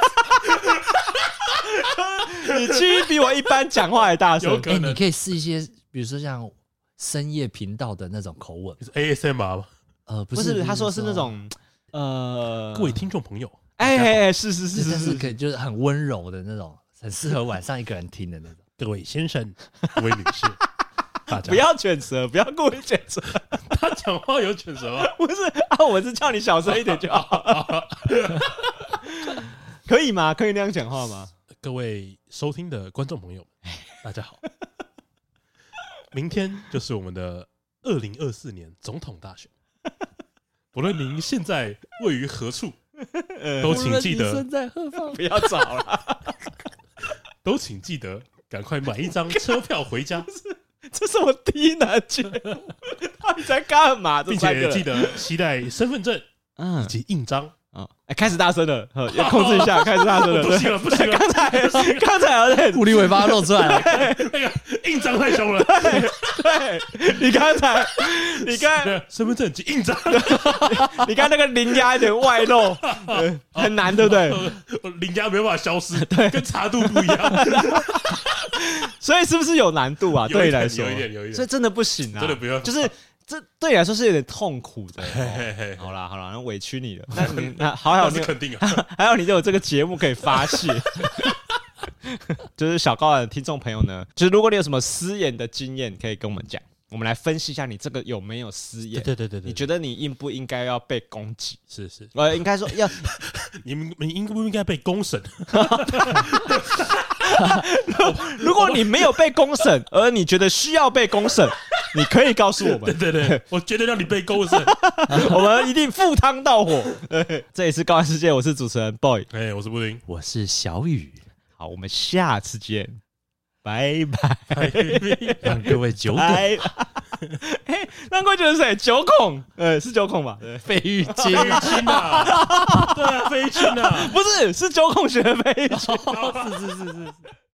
你气音比我一般讲话还大声。
哎、欸，你可以试一些，比如说像深夜频道的那种口吻
，A S M R 吗？
呃，不
是，
不是，
他说的是那种呃，
各位听众朋友，
哎哎哎，是是是是是，
可以就是很温柔的那种，很适合晚上一个人听的那种。
各位先生，各位女士，大家
不要卷舌，不要故意卷舌。
他讲话有卷舌吗？
不是啊，我是叫你小声一点就好。可以吗？可以那样讲话吗？
各位收听的观众朋友，大家好。明天就是我们的二零二四年总统大选。不论您现在位于何处，都请记得
身在何方，
不要找了。
都请记得赶快买一张车票回家。
这是我低能节目，到底在干嘛？
并且记得携带身份证以及印章。
啊！哎，开始大声了，要控制一下，开始大声了，
不行了，不行了！
刚才刚才有点
狐狸尾巴露出来了，
那个印章太凶了。
对，对你刚才，你刚才
身份证及印章，
你刚那个零压有点外露，很难，对不对？
零压没办法消失，对，跟茶度不一样。
所以是不是有难度啊？对你来说，
有一点，有一点，
所以真的不行啊，
真的不要，
就是。这对你来说是有点痛苦的。
嘿嘿嘿
好啦好啦，那委屈你了。那你那好好，
那是肯定啊，
还有你就有这个节目可以发泄。就是小高的听众朋友呢，就是如果你有什么私言的经验，可以跟我们讲，我们来分析一下你这个有没有私言。
对对对对，
你觉得你应不应该要被攻击？
是是，
呃，应该说要，
你们你应不应该被公审？
如果你没有被公审，而你觉得需要被公审，你可以告诉我们。
对对对，我觉得让你被公审，
我们一定赴汤蹈火。这里是高玩世界，我是主持人 Boy，
哎、欸，我是布丁，
我是小雨。
好，我们下次见，拜拜，
让各位久等。
哎，让各位觉得谁？九孔，呃，是九孔吧？
费玉清，
费玉清啊，对啊，费玉清啊，
不是，是九孔学的费玉清，
是是是是是。